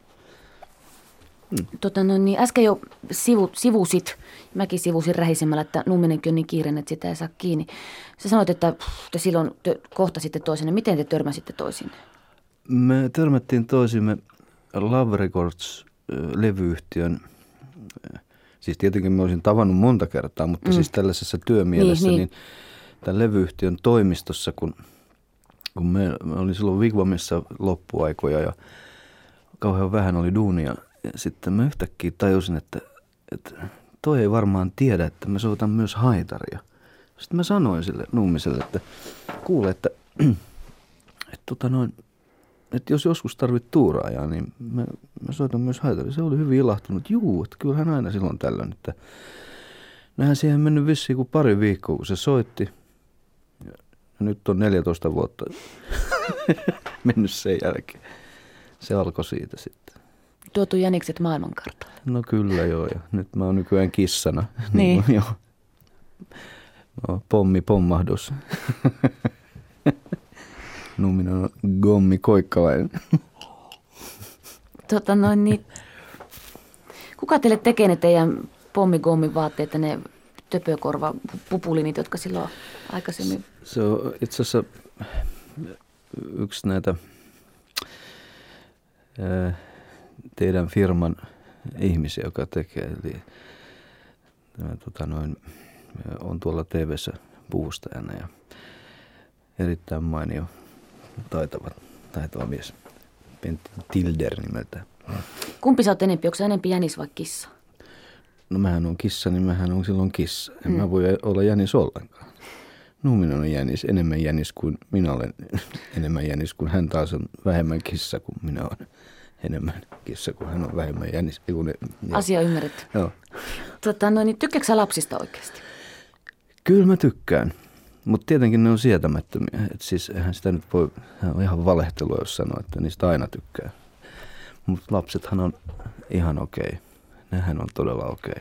Hmm. Tota, no niin, äsken jo sivu, sivusit, mäkin sivusin rähisemällä, että Numminenkin on niin kiireinen, että sitä ei saa kiinni. Sä sanoit, että te silloin te kohtasitte toisenne. Miten te törmäsitte toisinne? Me törmättiin toisimme Love Records-levyyhtiön Siis tietenkin mä olisin tavannut monta kertaa, mutta mm. siis tällaisessa työmielessä, niin, niin. niin tämän levyyhtiön toimistossa, kun, kun me, me olin silloin Wigwamissa loppuaikoja ja kauhean vähän oli duunia. Ja sitten mä yhtäkkiä tajusin, että, että toi ei varmaan tiedä, että mä soitan myös haitaria. Sitten mä sanoin sille Nummiselle, että kuule, että, että, tota noin, että jos joskus tarvit tuuraajaa, niin mä, mä soitan myös haitaria. Se oli hyvin ilahtunut. Juu, että kyllähän aina silloin tällöin. Että näinhän siihen mennyt vissiin kuin pari viikkoa, kun se soitti. Ja nyt on neljätoista vuotta mennyt sen jälkeen. Se alkoi siitä sitten. Tuotu jänikset maailmankartalle. No kyllä joo, ja nyt mä oon nykyään kissana. Niin. No, joo. No, pommi pommahdus. Numminen on Gommi Koikkalainen. Tota noin niin, kuka teille tekee ne teidän pommigommin vaatteet ja ne töpökorva pupulinit, jotka silloin aikaisemmin? Se on itse asiassa yksi näitä teidän firman ihmisiä, joka tekee. Eli tämä, tota noin, on tuolla T V:ssä puustajana ja erittäin mainio taitava, taitava mies. Pentti Tilder nimeltään. Kumpi sä oot enempi? Onko sä enempi jänis vai kissa? No mähän on kissa, niin mähän on silloin kissa. En mm. mä voi olla jänis ollenkaan. Numminen on jänis, enemmän jänis kuin minä olen enemmän jänis, kuin hän taas on vähemmän kissa kuin minä olen enemmän kissa, kuin hän on vähemmän jänis. Ne, Asia ymmärretty. Joo. Tota, no niin, tykkääkö sä lapsista oikeasti? Kyllä mä tykkään, mutta tietenkin ne on sietämättömiä. Et siis eihän sitä nyt voi, on ihan valehtelua, jos sanoo, että niistä aina tykkää. Mutta lapsethan on ihan okei. Nehän on todella okei.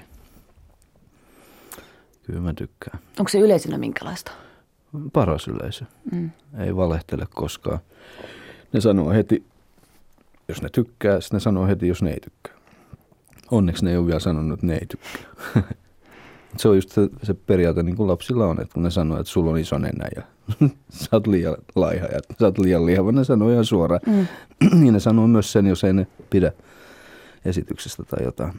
Kyllä mä tykkään. Onko se yleisönä minkälaista? Paras yleisö. Mm. Ei valehtele koskaan. Ne sanoo heti, jos ne tykkää, sitten ne sanoo heti, jos ne ei tykkää. Onneksi ne ei ole vielä sanonut, että ne ei tykkää. Se on just se, se periaate, niin kuin lapsilla on, että kun ne sanoo, että sulla on iso nenä ja sä oot liian laiha ja sä oot liian lihava, ne sanoo ihan suoraan. Mm. Niin ne sanoo myös sen, jos ei ne pidä esityksestä tai jotain.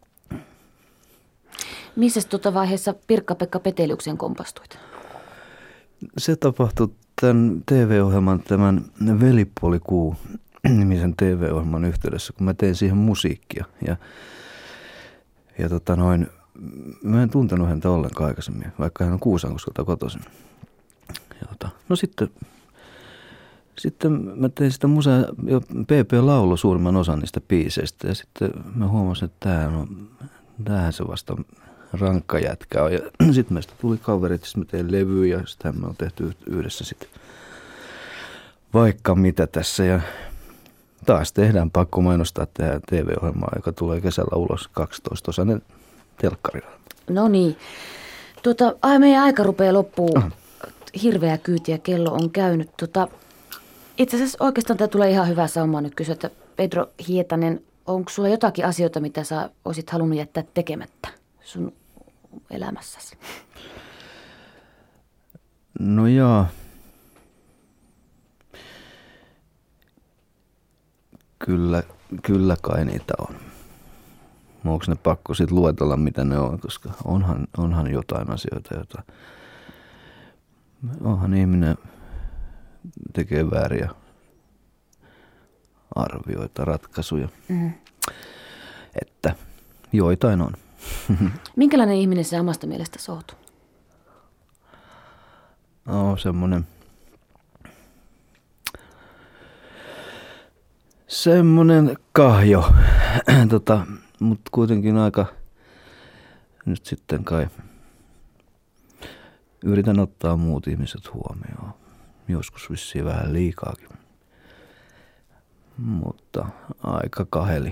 Missä tuota vaiheessa Pirkka-Pekka Peteliuksen kompastuit? Se tapahtui tämän T V-ohjelman, tämän Velipuolikuu nimisen T V-ohjelman yhteydessä, kun mä tein siihen musiikkia. Ja, ja tota noin, mä en tuntenut häntä ollenkaan aikaisemmin, vaikka hän on Kuusankoskelta kotoisin. Ja tota, no sitten, sitten mä tein sitä musaa, jo P P laulu suurimman osan niistä biiseistä. Ja sitten mä huomasin, että tämähän, on, tämähän se vasta rankka jätkä on. Ja sitten meistä tuli kaverit, sitten mä tein levyä ja sitten me on tehty yhdessä sitten vaikka mitä tässä. Ja taas tehdään, pakko mainostaa tehdään T V-ohjelmaa, joka tulee kesällä ulos kaksitoista-osainen telkkarilla. No niin. Tuota, ai meidän aika rupeaa loppuun. Aha. Hirveä kyytiä kello on käynyt. Tuota, itse asiassa oikeastaan tämä tulee ihan hyvä sauma nyt kysyä, että Pedro Hietanen, onko sulla jotakin asioita, mitä sä olisit halunnut jättää tekemättä sun elämässäsi? No joo. Kyllä, kyllä kai niitä on. Onko ne pakko sitten luetella, mitä ne on, koska onhan, onhan jotain asioita, joita onhan ihminen tekee vääriä arvioita, ratkaisuja. Mm. Että joitain on. Minkälainen ihminen sä omasta mielestä oot? No semmoinen, semmoinen kahjo, tota, mutta kuitenkin aika nyt sitten kai yritän ottaa muut ihmiset huomioon. Joskus vissiin vähän liikaakin, mutta aika kaheli.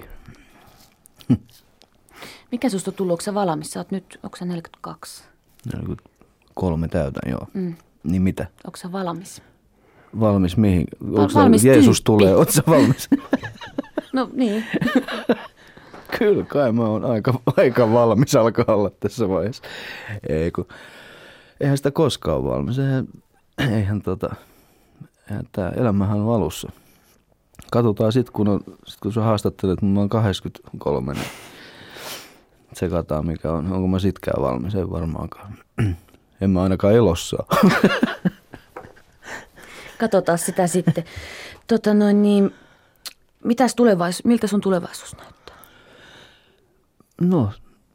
Mikä susta on tullut? Onko sä valmis? Sä oot nyt, onko sä neljäkymmentäkaksi? neljäkymmentäkolme täytän, joo. Mm. Niin mitä? Onko sä valmis? Valmis mihin? Va- onko valmis se, Jeesus tyyppi. tulee, ootko sä valmis? No niin. Kyllä kai mä oon aika, aika valmis alkaa olla tässä vaiheessa. Ei, kun, eihän sitä koskaan ole valmis. Eihän, eihän tota, eihän tää elämähän on alussa. Katsotaan sit, kun, on, sit kun sä haastattelet, että mä oon kahdeksankymmentäkolme, niin tsekataan mikä on. Onko mä sitkään valmis? Ei varmaankaan. En mä ainakaan elossa. Katsotaan sitä sitten. Tota noin niin, mitäs tulevais, miltä sun tulevaisuus näyttää? No,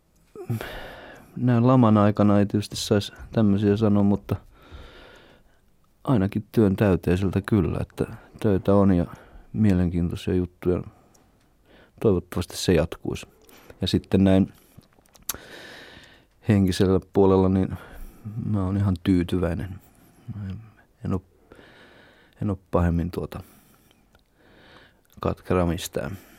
näin laman aikana ei tietysti saisi tämmöisiä sanoa, mutta ainakin työn täyteiseltä kyllä, että töitä on ja mielenkiintoisia juttuja. Toivottavasti se jatkuisi. Ja sitten näin henkisellä puolella, niin mä oon ihan tyytyväinen. En ole, en ole pahemmin tuota katkera mistään.